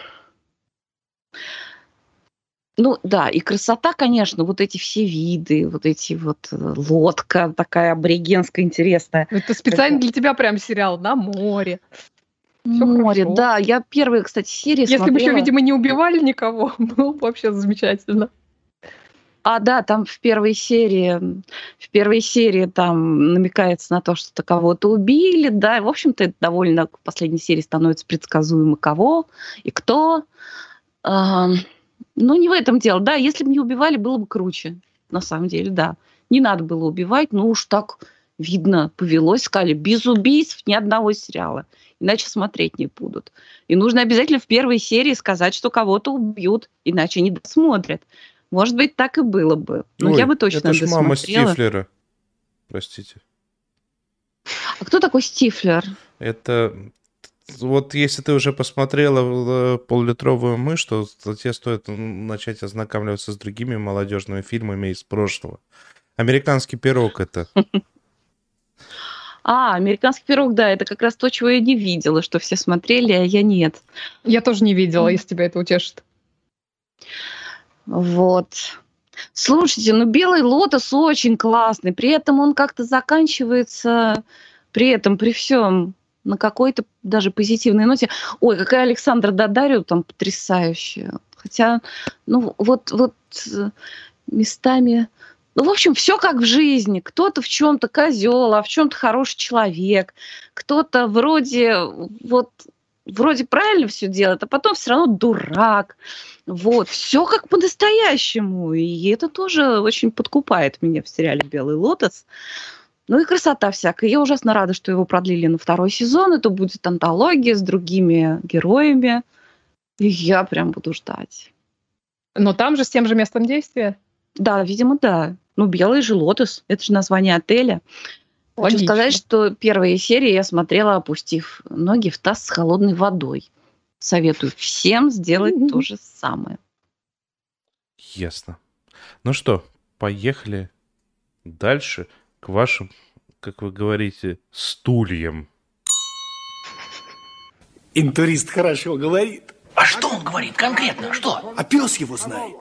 Да, и красота, конечно, вот эти все виды, вот эти вот лодка такая аборигенская, интересная. Это специально для тебя прям сериал на море. Всё Море, хорошо. да. Я первые, кстати, серии Если бы еще, смотрела. видимо, не убивали никого, было бы вообще замечательно. Да, там в первой серии там намекается на то, что кого-то убили, да, и, в общем-то, это довольно в последней серии становится предсказуемо, кого и кто. Не в этом дело, да, если бы не убивали, было бы круче. на самом деле, да. Не надо было убивать, но уж так видно, повелось, сказали, без убийств ни одного сериала, иначе смотреть не будут. И нужно обязательно в первой серии сказать, что кого-то убьют, иначе не досмотрят. Может быть, так и было бы. Но я бы точно это ж досмотрела. мама Стифлера. Простите. А кто такой Стифлер? Это... Вот если ты уже посмотрела «Полулитровую мышь», то тебе стоит начать ознакомливаться с другими молодежными фильмами из прошлого. «Американский пирог» это. «Американский пирог», да, это как раз то, чего я не видела, что все смотрели, а я нет. Я тоже не видела, если тебя это утешит. Вот. Слушайте, ну «Белый лотос» очень классный, при этом он как-то заканчивается, при всем на какой-то даже позитивной ноте. Ой, какая Александра Дадарио там потрясающая. Хотя, ну вот местами... Ну, в общем, все как в жизни. Кто-то в чем-то козел, а в чем-то хороший человек. Кто-то вроде правильно все делает, а потом все равно дурак. Вот, все как по-настоящему. И это тоже очень подкупает меня в сериале «Белый лотос». Ну и красота всякая. Я ужасно рада, что его продлили на 2-й сезон. Это будет антология с другими героями. И я прям буду ждать. Но там же с тем же местом действия? Да, видимо, да. Ну, «Белый же лотос». Это же название отеля. Хочу сказать, что первые серии я смотрела, опустив ноги в таз с холодной водой. Советую всем сделать то же самое. Ясно. Ну что, поехали дальше к вашим, как вы говорите, стульям. Интурист хорошо говорит. А что он говорит конкретно? Что? А пес его знает.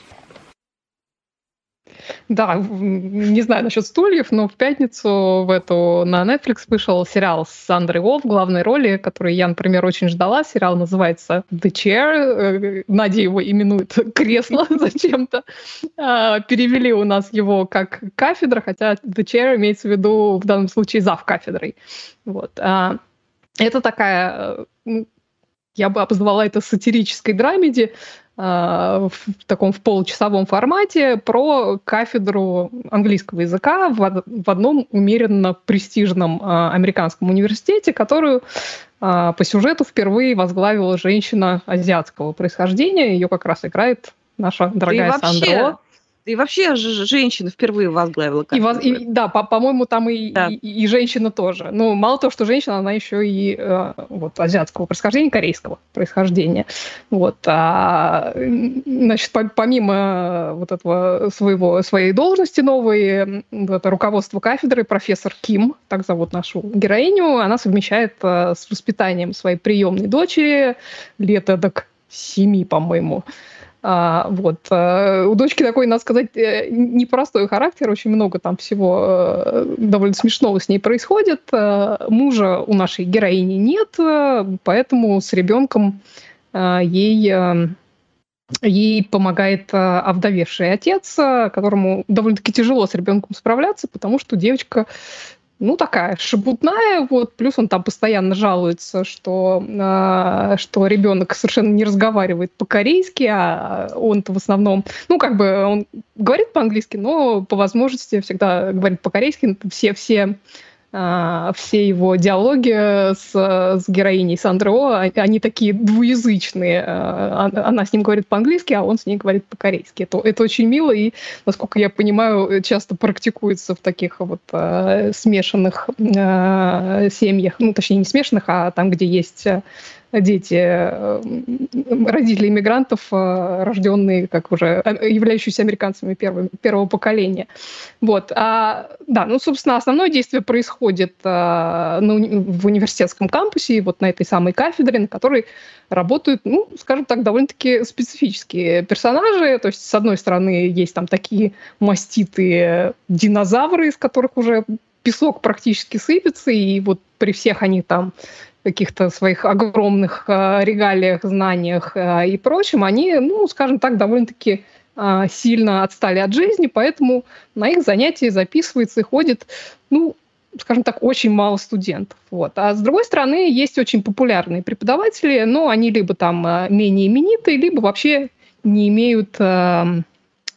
Да, не знаю насчет стульев, но в пятницу на Netflix вышел сериал с Сандрой О в главной роли, который я, например, очень ждала. Сериал называется The Chair. Надя его именует «Кресло» зачем-то. Перевели у нас его как «Кафедра», хотя The Chair имеется в виду в данном случае зав-кафедрой. Вот. Это такая, я бы обозвала это сатирической драмеди, в получасовом формате про кафедру английского языка в одном умеренно престижном американском университете, которую по сюжету впервые возглавила женщина азиатского происхождения. Ее как раз играет наша дорогая Сандра О. И вообще женщина впервые возглавила кафедру. Да, по-моему, там и женщина тоже. Ну, мало того, что женщина, она еще и азиатского происхождения, корейского происхождения. Вот. Значит, помимо вот этого своей должности новой, это руководство кафедры, профессор Ким, так зовут нашу героиню, она совмещает с воспитанием своей приемной дочери лет эдак 7, по-моему. У дочки такой, надо сказать, непростой характер, очень много там всего довольно смешного с ней происходит. Мужа у нашей героини нет, поэтому с ребенком ей помогает овдовевший отец, которому довольно-таки тяжело с ребенком справляться, потому что девочка такая шебутная, плюс он там постоянно жалуется, что ребенок совершенно не разговаривает по-корейски, а он-то в основном, он говорит по-английски, но по возможности всегда говорит по-корейски. Все его диалоги с героиней Сандры О, они такие двуязычные. Она с ним говорит по-английски, а он с ней говорит по-корейски. Это очень мило и, насколько я понимаю, часто практикуется в таких смешанных семьях. Точнее, не смешанных, а там, где есть дети родителей иммигрантов, рожденные, как уже являющиеся американцами первого поколения. Собственно, основное действие происходит в университетском кампусе, на этой самой кафедре, на которой работают, скажем так, довольно-таки специфические персонажи. То есть, с одной стороны, есть там такие маститые динозавры, из которых уже песок практически сыпется, и при всех они там каких-то своих огромных регалиях, знаниях и прочем, они, скажем так, довольно-таки сильно отстали от жизни, поэтому на их занятия записывается и ходит, скажем так, очень мало студентов. А с другой стороны, есть очень популярные преподаватели, но они либо там менее именитые, либо вообще не имеют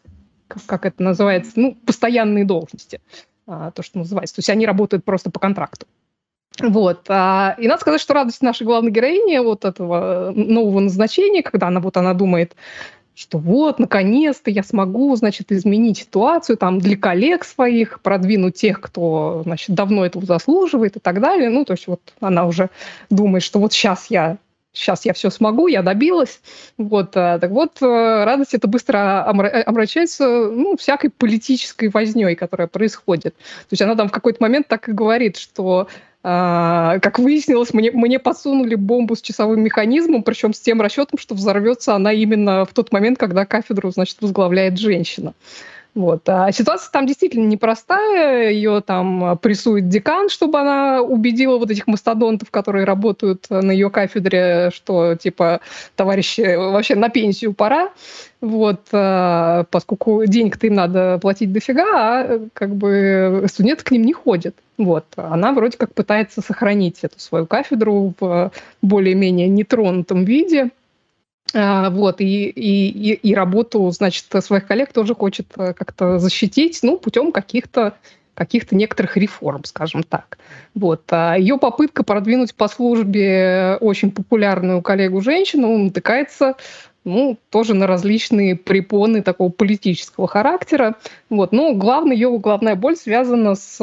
как это называется, ну, постоянные должности, то, что называется. То есть они работают просто по контракту. Вот. И надо сказать, что радость нашей главной героини вот этого нового назначения, когда она думает, что вот, наконец-то я смогу, значит, изменить ситуацию там для коллег своих, продвинуть тех, кто, значит, давно этого заслуживает и так далее. Ну, то есть вот она уже думает, что вот сейчас я все смогу, я добилась. Вот, так вот, радость это быстро омрачается, ну, всякой политической вознёй, которая происходит. То есть она там в какой-то момент так и говорит, что как выяснилось, мне подсунули бомбу с часовым механизмом, причем с тем расчетом, что взорвется она именно в тот момент, когда кафедру, значит, возглавляет женщина. Вот. А ситуация там действительно непростая. Ее там прессует декан, чтобы она убедила вот этих мастодонтов, которые работают на ее кафедре, что, типа, товарищи, вообще на пенсию пора. Вот, поскольку денег-то им надо платить дофига, а как бы студенты к ним не ходят. Вот. Она вроде как пытается сохранить эту свою кафедру в более-менее нетронутом виде. Вот, и работу, значит, своих коллег тоже хочет как-то защитить, ну, путем каких-то некоторых реформ, скажем так. Вот. Ее попытка продвинуть по службе очень популярную коллегу-женщину натыкается, ну, тоже на различные препоны такого политического характера. Вот. Но главная боль связана с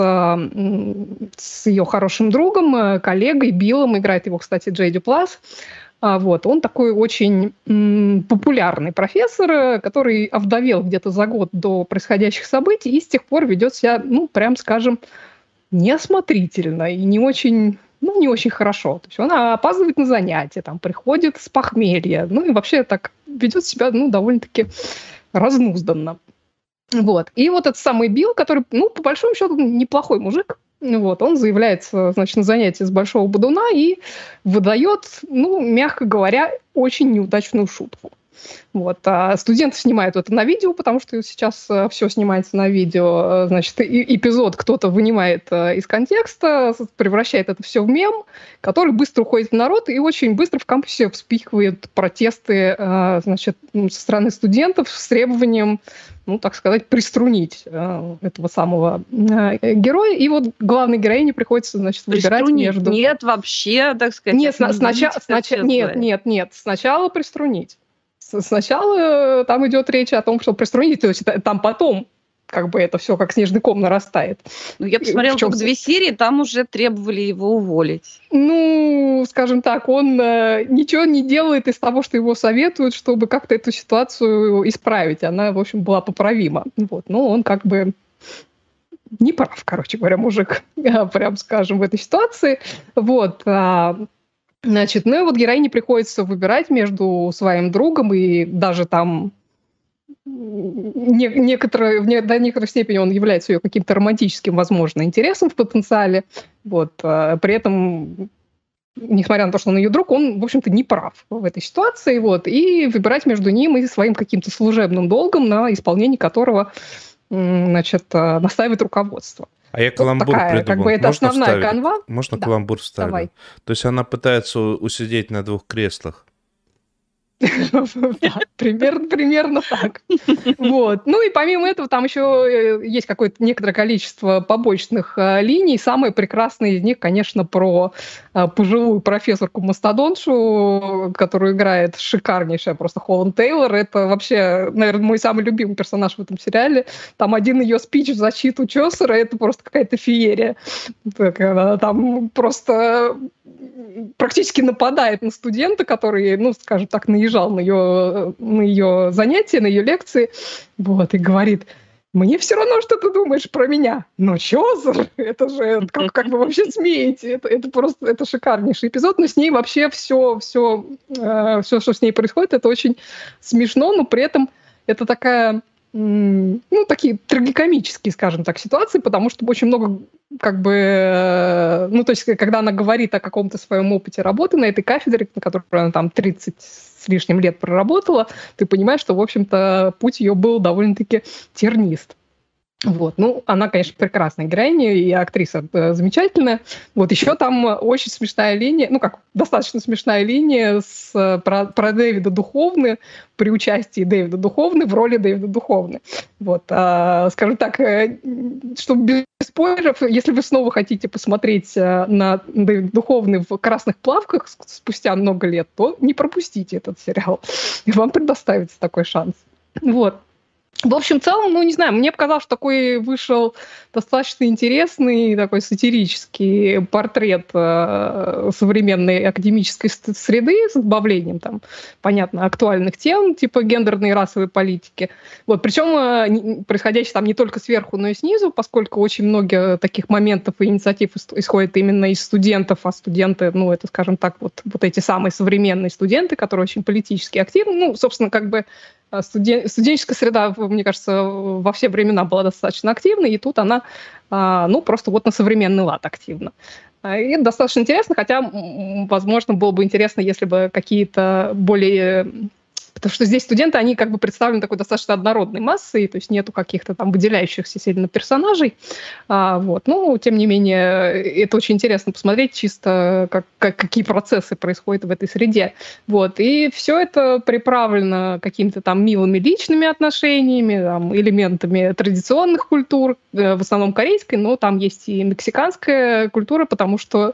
ее хорошим другом, коллегой Биллом, играет его, кстати, Джей Дюплас. Вот. Он такой очень популярный профессор, который овдовел где-то за год до происходящих событий и с тех пор ведет себя, ну, прям скажем, неосмотрительно и не очень хорошо. То есть он опаздывает на занятия, там, приходит с похмелья, ну и вообще так ведет себя, ну, довольно-таки разнузданно. Вот. И вот этот самый Билл, который, ну, по большому счету, неплохой мужик, вот, он заявляется, значит, на занятие с большого бодуна и выдает, ну, мягко говоря, очень неудачную шутку. Вот. А студенты снимают это на видео, потому что сейчас все снимается на видео. Значит, эпизод кто-то вынимает из контекста, превращает это все в мем, который быстро уходит в народ и очень быстро в кампусе вспыхивают протесты, значит, со стороны студентов с требованием, ну, так сказать, приструнить этого самого героя. И вот главной героине приходится, значит, выбирать между... Нет, вообще, так сказать... Нет, сначала приструнить. Сначала там идет речь о том, что приструнить, то есть там потом как бы это все как снежный ком нарастает. Ну, я посмотрела только 2 серии, там уже требовали его уволить. Ну, скажем так, он ничего не делает из того, что его советуют, чтобы как-то эту ситуацию исправить. Она, в общем, была поправима. Вот. Но он как бы не прав, короче говоря, мужик, прям скажем, в этой ситуации. Вот. Значит, ну и вот героине приходится выбирать между своим другом, и даже там до некоторой степени он является ее каким-то романтическим, возможно, интересом в потенциале. Вот. При этом, несмотря на то, что он ее друг, он, в общем-то, не прав в этой ситуации. Вот. И выбирать между ним и своим каким-то служебным долгом, на исполнении которого, значит, настаивает руководство. А я каламбур придумал. Как бы это Можно основная вставить? канва. Можно Да. каламбур вставить? Давай. То есть она пытается усидеть на 2 креслах. Да, примерно так. Вот. Ну и помимо этого там еще есть какое-то некоторое количество побочных линий. Самые прекрасные из них, конечно, про пожилую профессорку-мастодоншу, которую играет шикарнейшая просто Холланд Тейлор. Это вообще, наверное, мой самый любимый персонаж в этом сериале. Там один ее спич в защиту Чосера, это просто какая-то феерия. Она там просто практически нападает на студента, который, ну, скажем так, наезжал на ее занятия, на ее лекции, вот, и говорит: мне все равно, что ты думаешь про меня. Но Чозер, это же, как вы вообще смеете? Это просто, это шикарнейший эпизод, но с ней вообще все, что с ней происходит, это очень смешно, но при этом это такая... ну, такие трагикомические, скажем так, ситуации, потому что очень много, как бы, ну, то есть, когда она говорит о каком-то своем опыте работы на этой кафедре, на которой она там 30 с лишним лет проработала, ты понимаешь, что, в общем-то, путь ее был довольно-таки тернист. Вот, ну, она, конечно, прекрасная героиня, и актриса замечательная. Вот, еще там очень смешная линия, ну, как, достаточно смешная линия про Дэвида Духовны, при участии Дэвида Духовны в роли Дэвида Духовны. Вот, скажу так, чтобы без спойлеров, если вы снова хотите посмотреть на Дэвида Духовны в красных плавках спустя много лет, то не пропустите этот сериал. Вам предоставится такой шанс. Вот. В общем, в целом, ну, не знаю, мне показалось, что такой вышел достаточно интересный, такой сатирический портрет современной академической среды с добавлением, там, понятно, актуальных тем, типа гендерной и расовой политики. Вот, причем происходящее там не только сверху, но и снизу, поскольку очень много таких моментов и инициатив исходит именно из студентов, а студенты, ну, это, скажем так, вот эти самые современные студенты, которые очень политически активны, ну, собственно, как бы студенческая среда, мне кажется, во все времена была достаточно активна, и тут она, ну, просто вот на современный лад активна. И это достаточно интересно, хотя, возможно, было бы интересно, если бы какие-то более... Потому что здесь студенты, они как бы представлены такой достаточно однородной массой, то есть нету каких-то там выделяющихся сильно персонажей. Вот. Ну, тем не менее, это очень интересно посмотреть чисто, какие процессы происходят в этой среде. Вот. И все это приправлено какими-то там милыми личными отношениями, там, элементами традиционных культур, в основном корейской, но там есть и мексиканская культура, потому что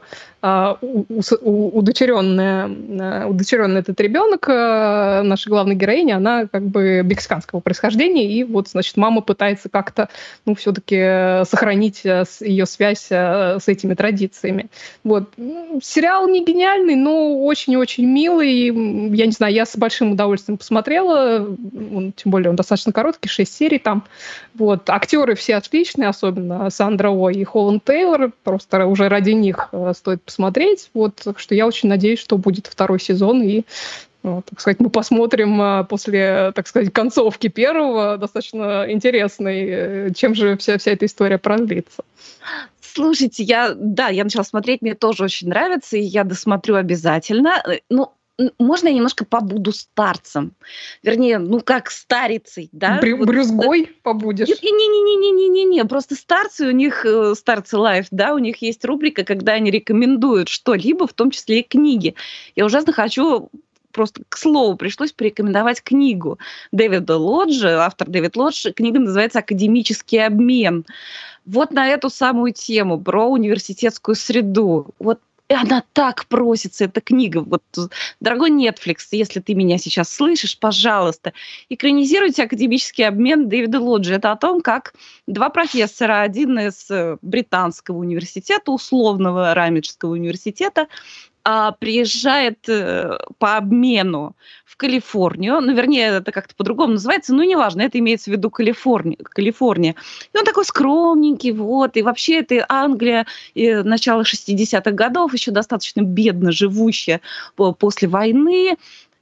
удочеренный этот ребенок, наша главная героиня, она как бы мексиканского происхождения, и вот, значит, мама пытается как-то, ну, все-таки сохранить ее связь с этими традициями. Вот. Сериал не гениальный, но очень-очень милый. Я не знаю, я с большим удовольствием посмотрела, тем более он достаточно короткий, 6 серий там. Вот. Актеры все отличные, особенно Сандра О и Холланд Тейлор, просто уже ради них стоит посмотреть. Вот. Так что я очень надеюсь, что будет второй сезон, и так сказать, мы посмотрим после, так сказать, концовки первого, достаточно интересной, чем же вся эта история продлится. Слушайте, я начала смотреть, мне тоже очень нравится, и я досмотрю обязательно. Ну, можно я немножко побуду старцем? Вернее, ну, как старицей, да? Брюзгой побудешь? Не-не-не, просто старцы, у них, старцы лайф, да, у них есть рубрика, когда они рекомендуют что-либо, в том числе и книги. Я ужасно хочу... Просто к слову пришлось порекомендовать книгу Дэвида Лоджа, автор Дэвид Лодж. Книга называется «Академический обмен». Вот на эту самую тему, про университетскую среду. Вот она так просится, эта книга. Вот, дорогой Netflix, если ты меня сейчас слышишь, пожалуйста, экранизируйте «Академический обмен» Дэвида Лоджа. Это о том, как два профессора, один из британского университета, условного Рамиджского университета, приезжает по обмену в Калифорнию, ну, вернее, это как-то по-другому называется, но неважно, это имеется в виду Калифорния. И он такой скромненький, вот, и вообще это Англия начала 60-х годов, еще достаточно бедно живущая после войны,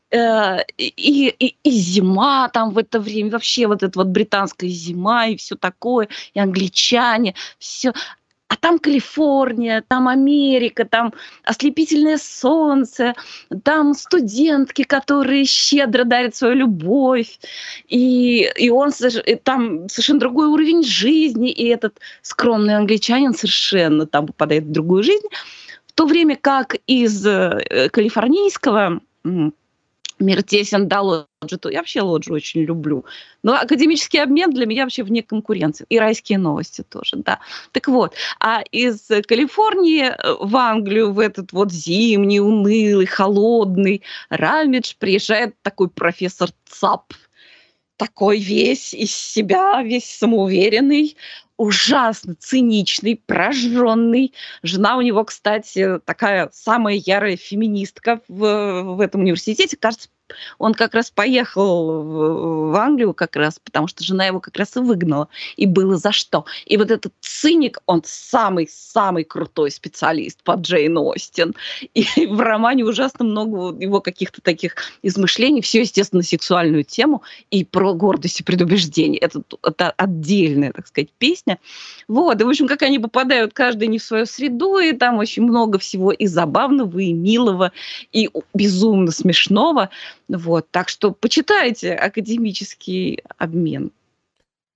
и зима там в это время, вообще вот эта вот британская зима и все такое, и англичане, все... А там Калифорния, там Америка, там ослепительное солнце, там студентки, которые щедро дарят свою любовь, и там совершенно другой уровень жизни, и этот скромный англичанин совершенно там попадает в другую жизнь, в то время как из калифорнийского мир тесен до Лоджи, то я вообще Лоджи очень люблю. Но академический обмен для меня вообще вне конкуренции. И райские новости тоже, да. Так вот, а из Калифорнии в Англию в этот вот зимний, унылый, холодный Рамидж приезжает такой профессор Цап. Такой весь из себя, весь самоуверенный, ужасно циничный, прожженный. Жена у него, кстати, такая самая ярая феминистка в этом университете. Кажется, он как раз поехал в Англию как раз, потому что жена его как раз и выгнала. И было за что. И вот этот циник, он самый-самый крутой специалист по Джейн Остин. И в романе ужасно много его каких-то таких измышлений. Все, естественно, на сексуальную тему и про гордость и предубеждение. Это отдельная, так сказать, песня. Вот. И, в общем, как они попадают каждый не в свою среду, и там очень много всего и забавного, и милого, и безумно смешного. Вот, так что почитайте «Академический обмен».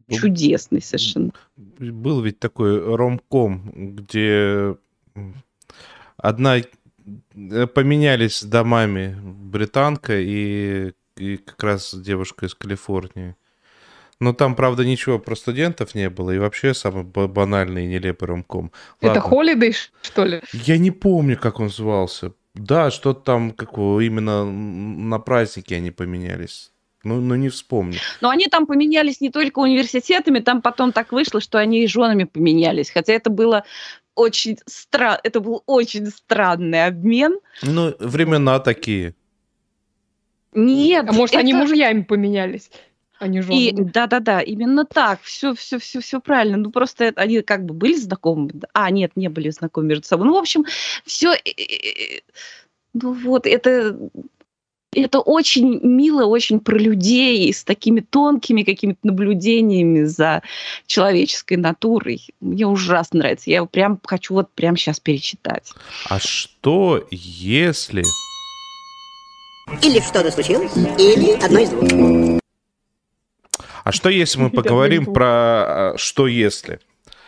чудесный совершенно. Был ведь такой ромком, где одна поменялись домами британка и как раз девушка из Калифорнии. Но там, правда, ничего про студентов не было, и вообще самый банальный и нелепый ромком. Это Holiday, что ли? Я не помню, как он назывался. Да, что-то там, именно на празднике они поменялись. Ну, не вспомню. Но они там поменялись не только университетами, там потом так вышло, что они и женами поменялись. Хотя это было это был очень странный обмен. Ну, времена такие. Нет. А может, они мужьями поменялись? Да, именно так. Все правильно. Ну, просто они как бы были знакомы. Нет, не были знакомы между собой. Ну, в общем, все. Ну, вот, это очень мило, очень про людей, с такими тонкими какими-то наблюдениями за человеческой натурой. Мне ужасно нравится. Я прям хочу вот прямо сейчас перечитать. А что если... Или что-то случилось, или одно из двух. А что если мы поговорим про «что если»?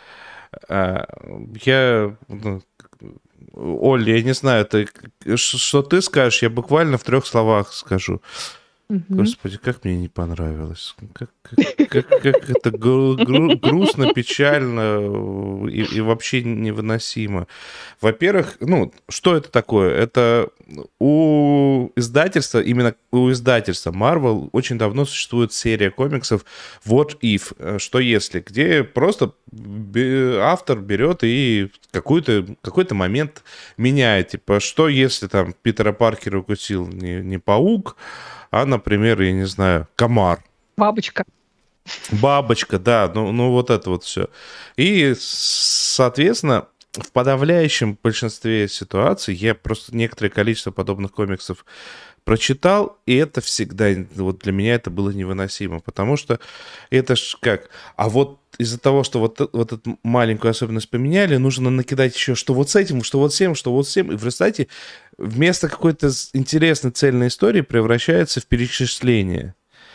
Оль, я не знаю, что ты скажешь, я буквально в 3 словах скажу. Господи, как мне не понравилось. Как это грустно, печально и вообще невыносимо. Во-первых, что это такое? Это у издательства, именно у издательства Marvel очень давно существует серия комиксов What If, что если, где просто автор берет и какой-то момент меняет. Типа, что если там Питера Паркера укусил не паук, а, например, я не знаю, комар. Бабочка, да, ну вот это вот все. И, соответственно, в подавляющем большинстве ситуаций я просто некоторое количество подобных комиксов прочитал, и это всегда, вот для меня это было невыносимо, потому что это ж как... А вот из-за того, что вот эту маленькую особенность поменяли, нужно накидать еще, что вот с этим, что вот с тем, что вот с тем, и в результате вместо какой-то интересной цельной истории превращается в перечисление.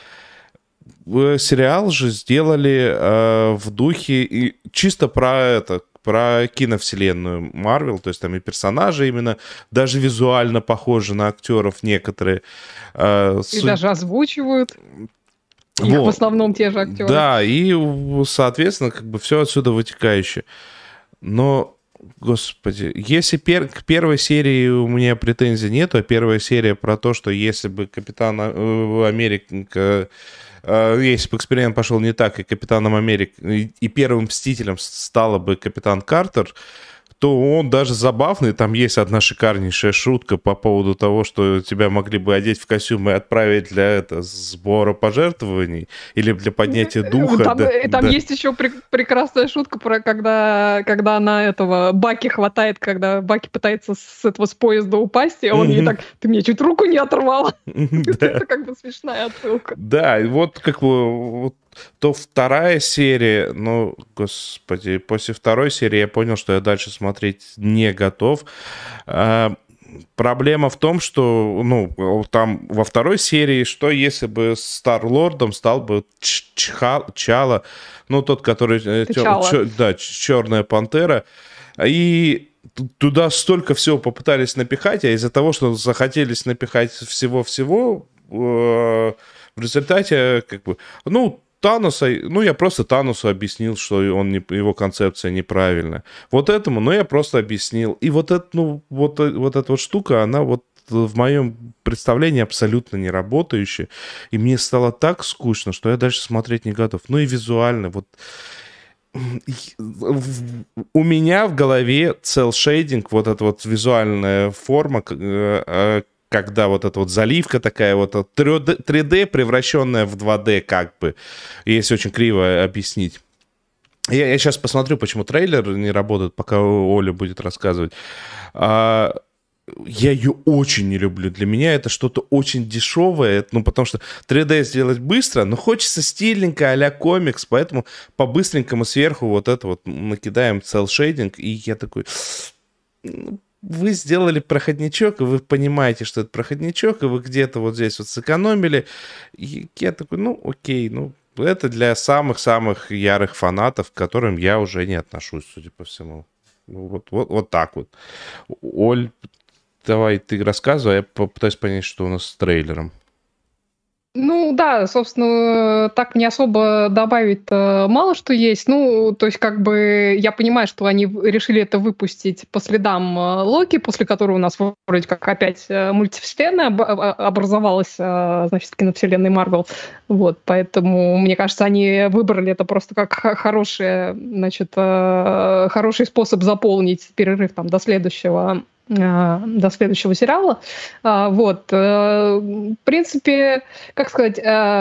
Сериал же сделали в духе и чисто про киновселенную Марвел, то есть там и персонажи именно даже визуально похожи на актеров некоторые. И даже озвучивают. Их в основном те же актеры. Да, и, соответственно, как бы все отсюда вытекающее. Но, господи, если к первой серии у меня претензий нету, а первая серия про то, что если бы Капитан Америка... Если бы эксперимент пошел не так, и Капитаном Америки, и первым Мстителем стала бы Капитан Картер, то он даже забавный. Там есть одна шикарнейшая шутка по поводу того, что тебя могли бы одеть в костюм и отправить для сбора пожертвований или для поднятия духа. Там есть еще прекрасная шутка, про когда она Баки хватает, когда Баки пытается с поезда упасть, и он ей так: ты мне чуть руку не оторвала. Это как бы смешная отсылка. Да, и вот как бы... То вторая серия, господи, после второй серии я понял, что я дальше смотреть не готов. Проблема в том, что, там во второй серии, что если бы Стар-Лордом стал бы Чала, тот, который... Черная пантера. И туда столько всего попытались напихать, а из-за того, что захотелись напихать всего-всего, в результате, как бы, Таноса, я просто Таносу объяснил, что его концепция неправильная. Вот этому, я просто объяснил. И вот эта вот штука, она вот в моем представлении абсолютно не работающая. И мне стало так скучно, что я дальше смотреть не готов. И визуально, вот... У меня в голове цел-шейдинг, вот эта вот визуальная форма, когда вот эта вот заливка такая, вот 3D, превращенная в 2D, как бы, если очень криво объяснить. Я сейчас посмотрю, почему трейлер не работает, пока Оля будет рассказывать. Я ее очень не люблю. Для меня это что-то очень дешевое, потому что 3D сделать быстро, но хочется стильненько а-ля комикс, поэтому по-быстренькому сверху вот это вот накидаем цел-шейдинг, и я такой... Вы сделали проходничок, и вы понимаете, что это проходничок, и вы где-то вот здесь вот сэкономили. И я такой, окей, это для самых-самых ярых фанатов, к которым я уже не отношусь, судя по всему. Вот так вот. Оль, давай ты рассказывай, я попытаюсь понять, что у нас с трейлером. Ну да, собственно, так не особо добавить мало что есть. Ну, то есть как бы я понимаю, что они решили это выпустить по следам Локи, после которого у нас вроде как опять мультивселенная образовалась, значит, в киновселенной Марвел. Вот, поэтому, мне кажется, они выбрали это просто как хороший способ заполнить перерыв там до следующего сериала. Вот. В принципе, как сказать,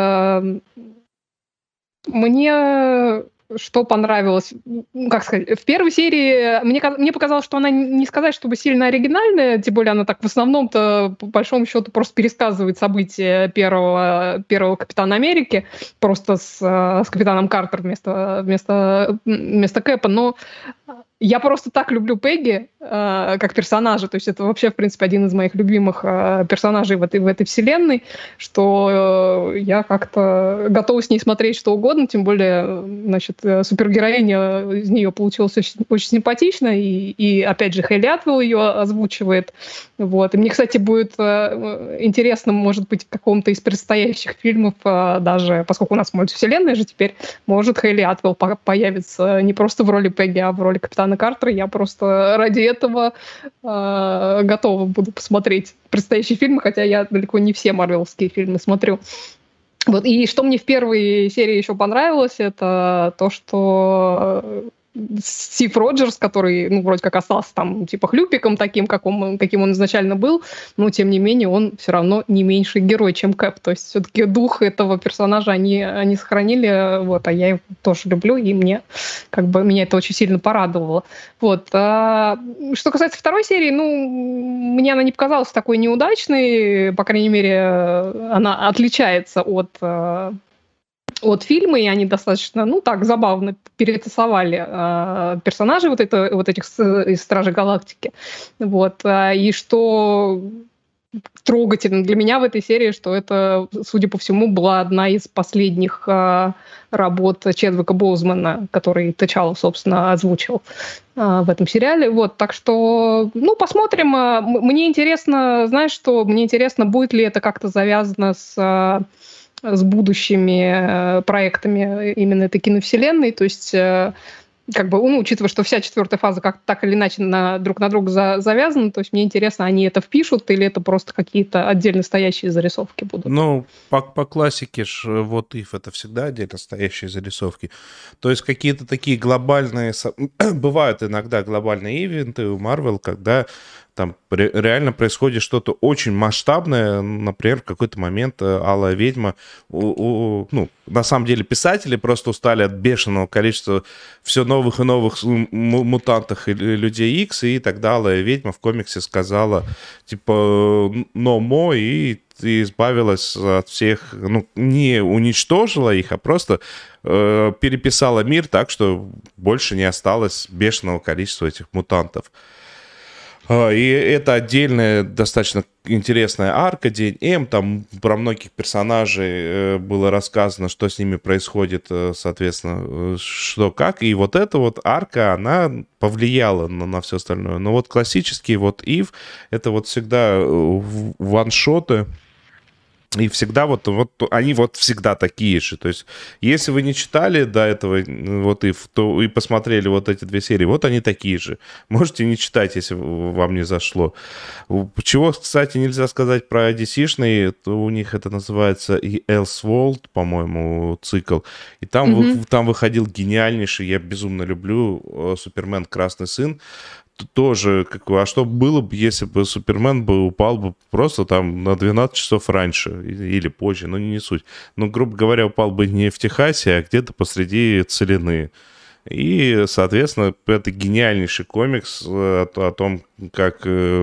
мне что понравилось, как сказать, в первой серии мне показалось, что она не сказать, чтобы сильно оригинальная, тем более она так в основном-то, по большому счету, просто пересказывает события первого Капитана Америки, просто с Капитаном Картер вместо Кэпа, но я просто так люблю Пегги как персонажа, то есть это вообще, в принципе, один из моих любимых персонажей в этой вселенной, что я как-то готова с ней смотреть что угодно, тем более, значит, супергероиня из нее получилась очень, очень симпатична, и опять же, Хейли Атвелл ее озвучивает. Вот. И мне, кстати, будет интересно, может быть, в каком-то из предстоящих фильмов, даже поскольку у нас мультивселенная же теперь, может, Хейли Атвелл появится не просто в роли Пегги, а в роли Капитана Картера. Я просто ради этого готова буду посмотреть предстоящие фильмы, хотя я далеко не все марвеловские фильмы смотрю. Вот. И что мне в первой серии еще понравилось, это то, что Стив Роджерс, который, ну, вроде как остался там, типа, хлюпиком таким, каким он изначально был, но, тем не менее, он все равно не меньший герой, чем Кэп. То есть все-таки дух этого персонажа они сохранили, вот, а я его тоже люблю, и меня это очень сильно порадовало. Вот. Что касается второй серии, ну, мне она не показалась такой неудачной, по крайней мере, она отличается от фильма, и они достаточно, ну, так, забавно перетасовали персонажей вот этих из Стражей Галактики. Вот. И что трогательно для меня в этой серии, что это, судя по всему, была одна из последних работ Чедвика Боузмана, который T'Challa, собственно, озвучил в этом сериале. Вот. Так что, ну, посмотрим. Мне интересно, знаешь что, мне интересно, будет ли это как-то завязано с будущими проектами именно этой киновселенной, то есть как бы, ну, учитывая, что вся четвертая фаза как так или иначе друг на друга завязана, то есть мне интересно, они это впишут или это просто какие-то отдельно стоящие зарисовки будут? Ну, по классике ж What If это всегда отдельно стоящие зарисовки. То есть какие-то такие глобальные... Бывают иногда глобальные ивенты у Marvel, когда там реально происходит что-то очень масштабное. Например, в какой-то момент Алая Ведьма... Ну, на самом деле писатели просто устали от бешеного количества все новых и новых мутантов и Людей Икс, и тогда Алая Ведьма в комиксе сказала, типа, no more, и избавилась от всех, ну, не уничтожила их, а просто переписала мир так, что больше не осталось бешеного количества этих мутантов. И это отдельная, достаточно интересная арка, День М, там про многих персонажей было рассказано, что с ними происходит, соответственно, что как. И вот эта вот арка, она повлияла на все остальное. Но вот классический вот If, это вот всегда ваншоты. И всегда вот они вот всегда такие же. То есть, если вы не читали до этого вот то и посмотрели вот эти две серии, вот они такие же. Можете не читать, если вам не зашло. Чего, кстати, нельзя сказать про DC-шный, то у них это называется и Elseworld, по-моему, цикл. И там, там выходил гениальнейший, я безумно люблю, Супермен Красный Сын. Тоже, а что было бы, если бы Супермен бы упал бы просто там на 12 часов раньше или позже, ну не суть. Но, грубо говоря, упал бы не в Техасе, а где-то посреди целины. И, соответственно, это гениальнейший комикс о том, как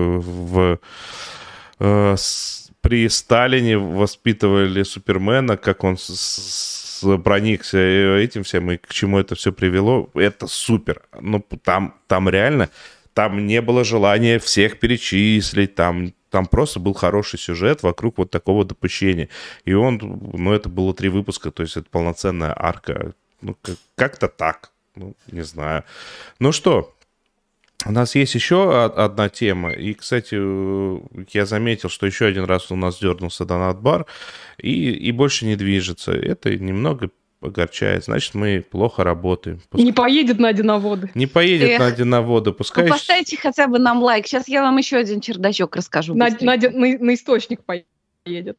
при Сталине воспитывали Супермена, как он проникся этим всем, и к чему это все привело. Это супер. Ну, там реально... Там не было желания всех перечислить, там там просто был хороший сюжет вокруг вот такого допущения. И это было 3 выпуска, то есть это полноценная арка. Ну, как-то так. Ну, не знаю. Ну что, у нас есть еще одна тема. И, кстати, я заметил, что еще один раз у нас дернулся донат-бар и больше не движется. Это немного огорчает. Значит, мы плохо работаем. Не поедет Надя на воды. Не поедет Надя на воды. Пускай... Ну, поставьте хотя бы нам лайк. Сейчас я вам еще один чердачок расскажу. Надя на источник поедет.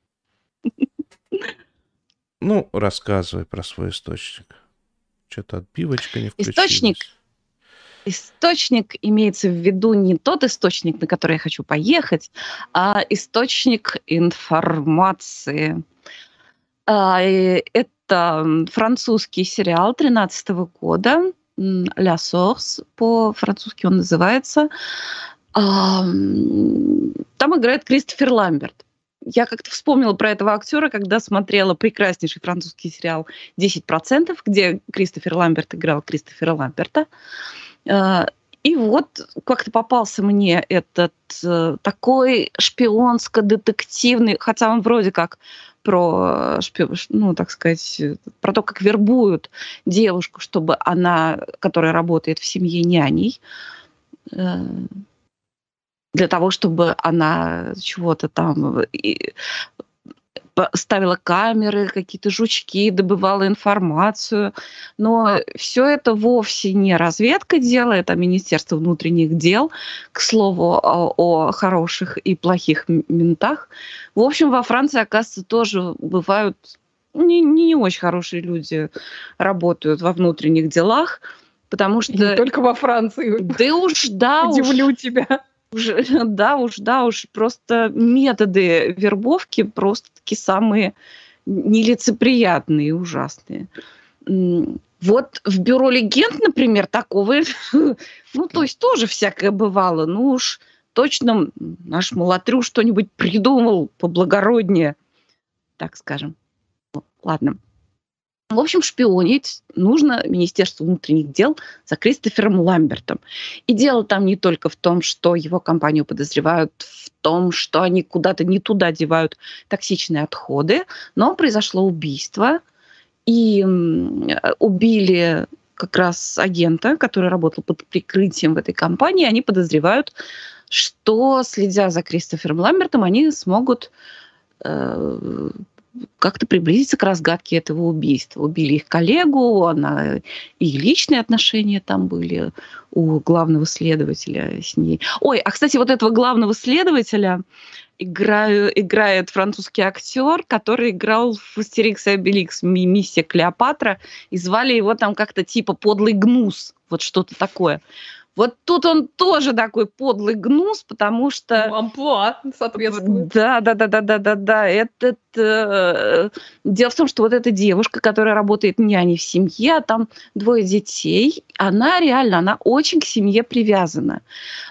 Ну, рассказывай про свой источник. Что-то отбивочка не включилась. Источник имеется в виду не тот источник, на который я хочу поехать, а источник информации. Это французский сериал 2013 года, «La Source», по-французски он называется. Там играет Кристофер Ламберт. Я как-то вспомнила про этого актера, когда смотрела прекраснейший французский сериал «10%», где Кристофер Ламберт играл Кристофера Ламберта. И вот как-то попался мне этот такой шпионско-детективный, хотя он вроде как про, так сказать, про то, как вербуют девушку, чтобы она, которая работает в семье няней, для того, чтобы она чего-то там ставила камеры, какие-то жучки, добывала информацию. Но все это вовсе не разведка делает, а Министерство внутренних дел, к слову, о хороших и плохих ментах. В общем, во Франции, оказывается, тоже бывают не очень хорошие люди, работают во внутренних делах, потому что... Не только во Франции. Удивлю тебя. Да уж, просто методы вербовки просто-таки самые нелицеприятные и ужасные. Вот в «Бюро легенд», например, такого, то есть тоже всякое бывало. Ну уж точно наш Малатрю что-нибудь придумал поблагороднее, так скажем. Ладно. В общем, шпионить нужно Министерству внутренних дел за Кристофером Ламбертом. И дело там не только в том, что его компанию подозревают в том, что они куда-то не туда девают токсичные отходы, но произошло убийство, и убили как раз агента, который работал под прикрытием в этой компании. Они подозревают, что, следя за Кристофером Ламбертом, они смогут как-то приблизиться к разгадке этого убийства. Убили их коллегу, и личные отношения там были у главного следователя с ней. Ой, кстати, вот этого главного следователя играет французский актер, который играл в «Астерикс и Обеликс», «Миссия Клеопатра», и звали его там как-то типа «Подлый гнус», вот что-то такое. Вот тут он тоже такой подлый гнус, потому что... Амплуа соответствует. Да. Дело в том, что вот эта девушка, которая работает няней в семье, а там 2 детей, она очень к семье привязана.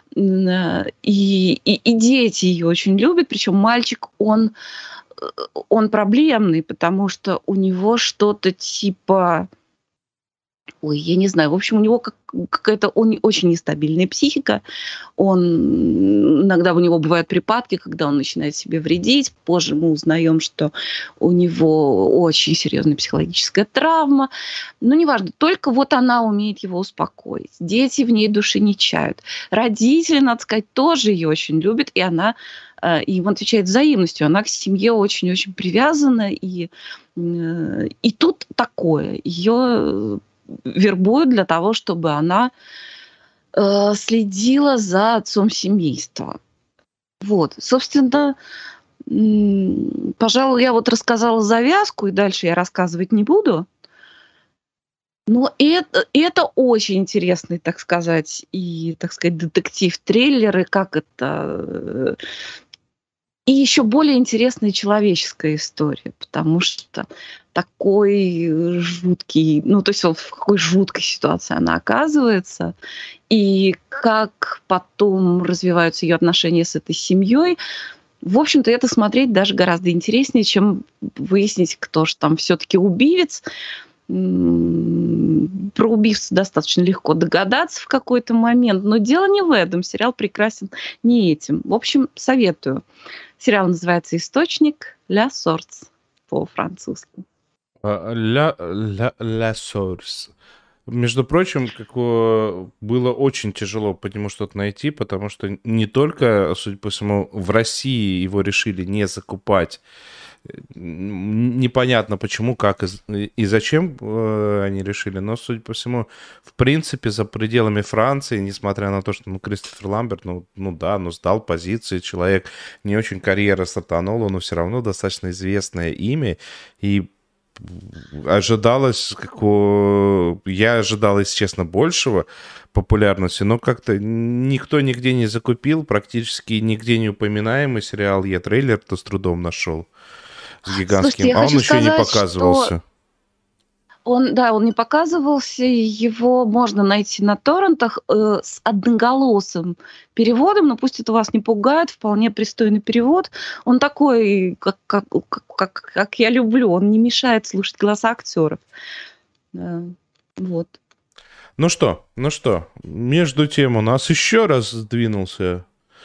И дети ее очень любят, причем мальчик, он проблемный, потому что у него что-то типа... Ой, я не знаю. В общем, у него какая-то очень нестабильная психика. Иногда у него бывают припадки, когда он начинает себе вредить. Позже мы узнаем, что у него очень серьезная психологическая травма. Но неважно, только вот она умеет его успокоить. Дети в ней души не чают. Родители, надо сказать, тоже ее очень любят, и она им отвечает взаимностью. Она к семье очень-очень привязана. И тут такое. Ее вербуют для того, чтобы она следила за отцом семейства. Вот. Собственно, пожалуй, я вот рассказала завязку, и дальше я рассказывать не буду. Но это очень интересный, так сказать, детектив-триллер, и как это... И еще более интересная человеческая история, потому что такой жуткий, то есть в какой жуткой ситуации она оказывается, и как потом развиваются ее отношения с этой семьей. В общем-то, это смотреть даже гораздо интереснее, чем выяснить, кто же там все-таки убивец. Про убийцу достаточно легко догадаться в какой-то момент, но дело не в этом. Сериал прекрасен не этим. В общем, советую. Сериал называется «Источник», «La Source» по-французски. La Source. Между прочим, было очень тяжело по нему что-то найти, потому что не только, судя по всему, в России его решили не закупать. Непонятно почему, как и зачем они решили, но, судя по всему, в принципе, за пределами Франции, несмотря на то, что Кристофер Ламберт, сдал позиции, человек не очень карьера стартанула, но все равно достаточно известное имя, и ожидалось, я ожидал, если честно, большего популярности, но как-то никто нигде не закупил, практически нигде не упоминаемый сериал. Я трейлер-то с трудом нашел с гигантским, Слушайте, он еще не показывался. Он не показывался, его можно найти на торрентах с одноголосым переводом, но пусть это вас не пугает, вполне пристойный перевод. Он такой, как я люблю, он не мешает слушать голоса актеров. Вот. Ну что, между тем у нас еще раз сдвинулся.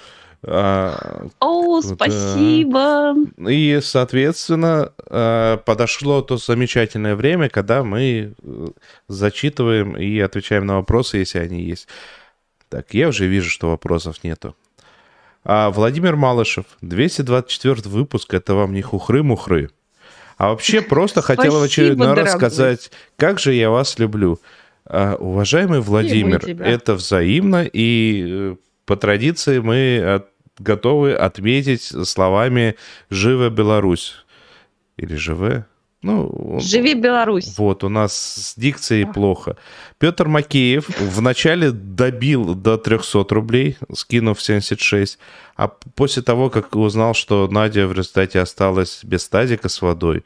Спасибо. И, соответственно, подошло то замечательное время, когда мы зачитываем и отвечаем на вопросы, если они есть. Так, я уже вижу, что вопросов нету. Владимир Малышев, 224 выпуск, это вам не хухры-мухры. А вообще просто хотел в очередной раз сказать, как же я вас люблю. Уважаемый Владимир, это взаимно, и по традиции мы готовы отметить словами «Живе Беларусь». Или «Живе»? «Живи Беларусь». Вот, у нас с дикцией плохо. Петр Макеев вначале добил до 300 рублей, скинув 76, а после того, как узнал, что Надя в результате осталась без тазика с водой,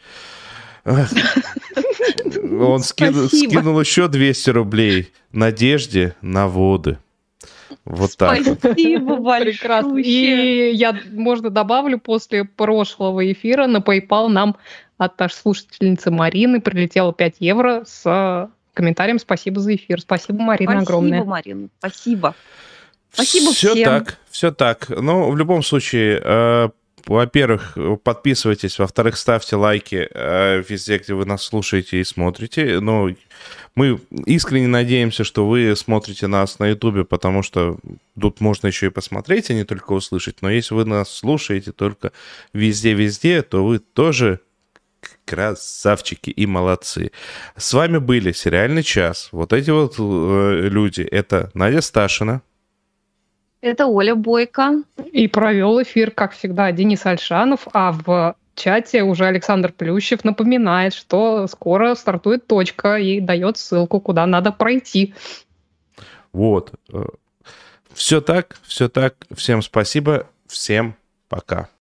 он скинул еще 200 рублей Надежде на воды. Вот так. Спасибо большое. Прекрасно. И я, можно добавлю, после прошлого эфира на PayPal нам от нашей слушательницы Марины прилетело 5 евро с комментарием «Спасибо за эфир». Спасибо, Марина, огромное. Спасибо, Марина. Спасибо. Спасибо всем. Все так. Ну, в любом случае, во-первых, подписывайтесь, во-вторых, ставьте лайки везде, где вы нас слушаете и смотрите. Но мы искренне надеемся, что вы смотрите нас на Ютубе, потому что тут можно еще и посмотреть, а не только услышать. Но если вы нас слушаете только везде-везде, то вы тоже красавчики и молодцы. С вами были «Сериальный час». Вот эти вот люди. Это Надя Сташина. Это Оля Бойко. И провел эфир, как всегда, Денис Альшанов, а в чате уже Александр Плющев напоминает, что скоро стартует точка и дает ссылку, куда надо пройти. Вот. Все так. Всем спасибо. Всем пока.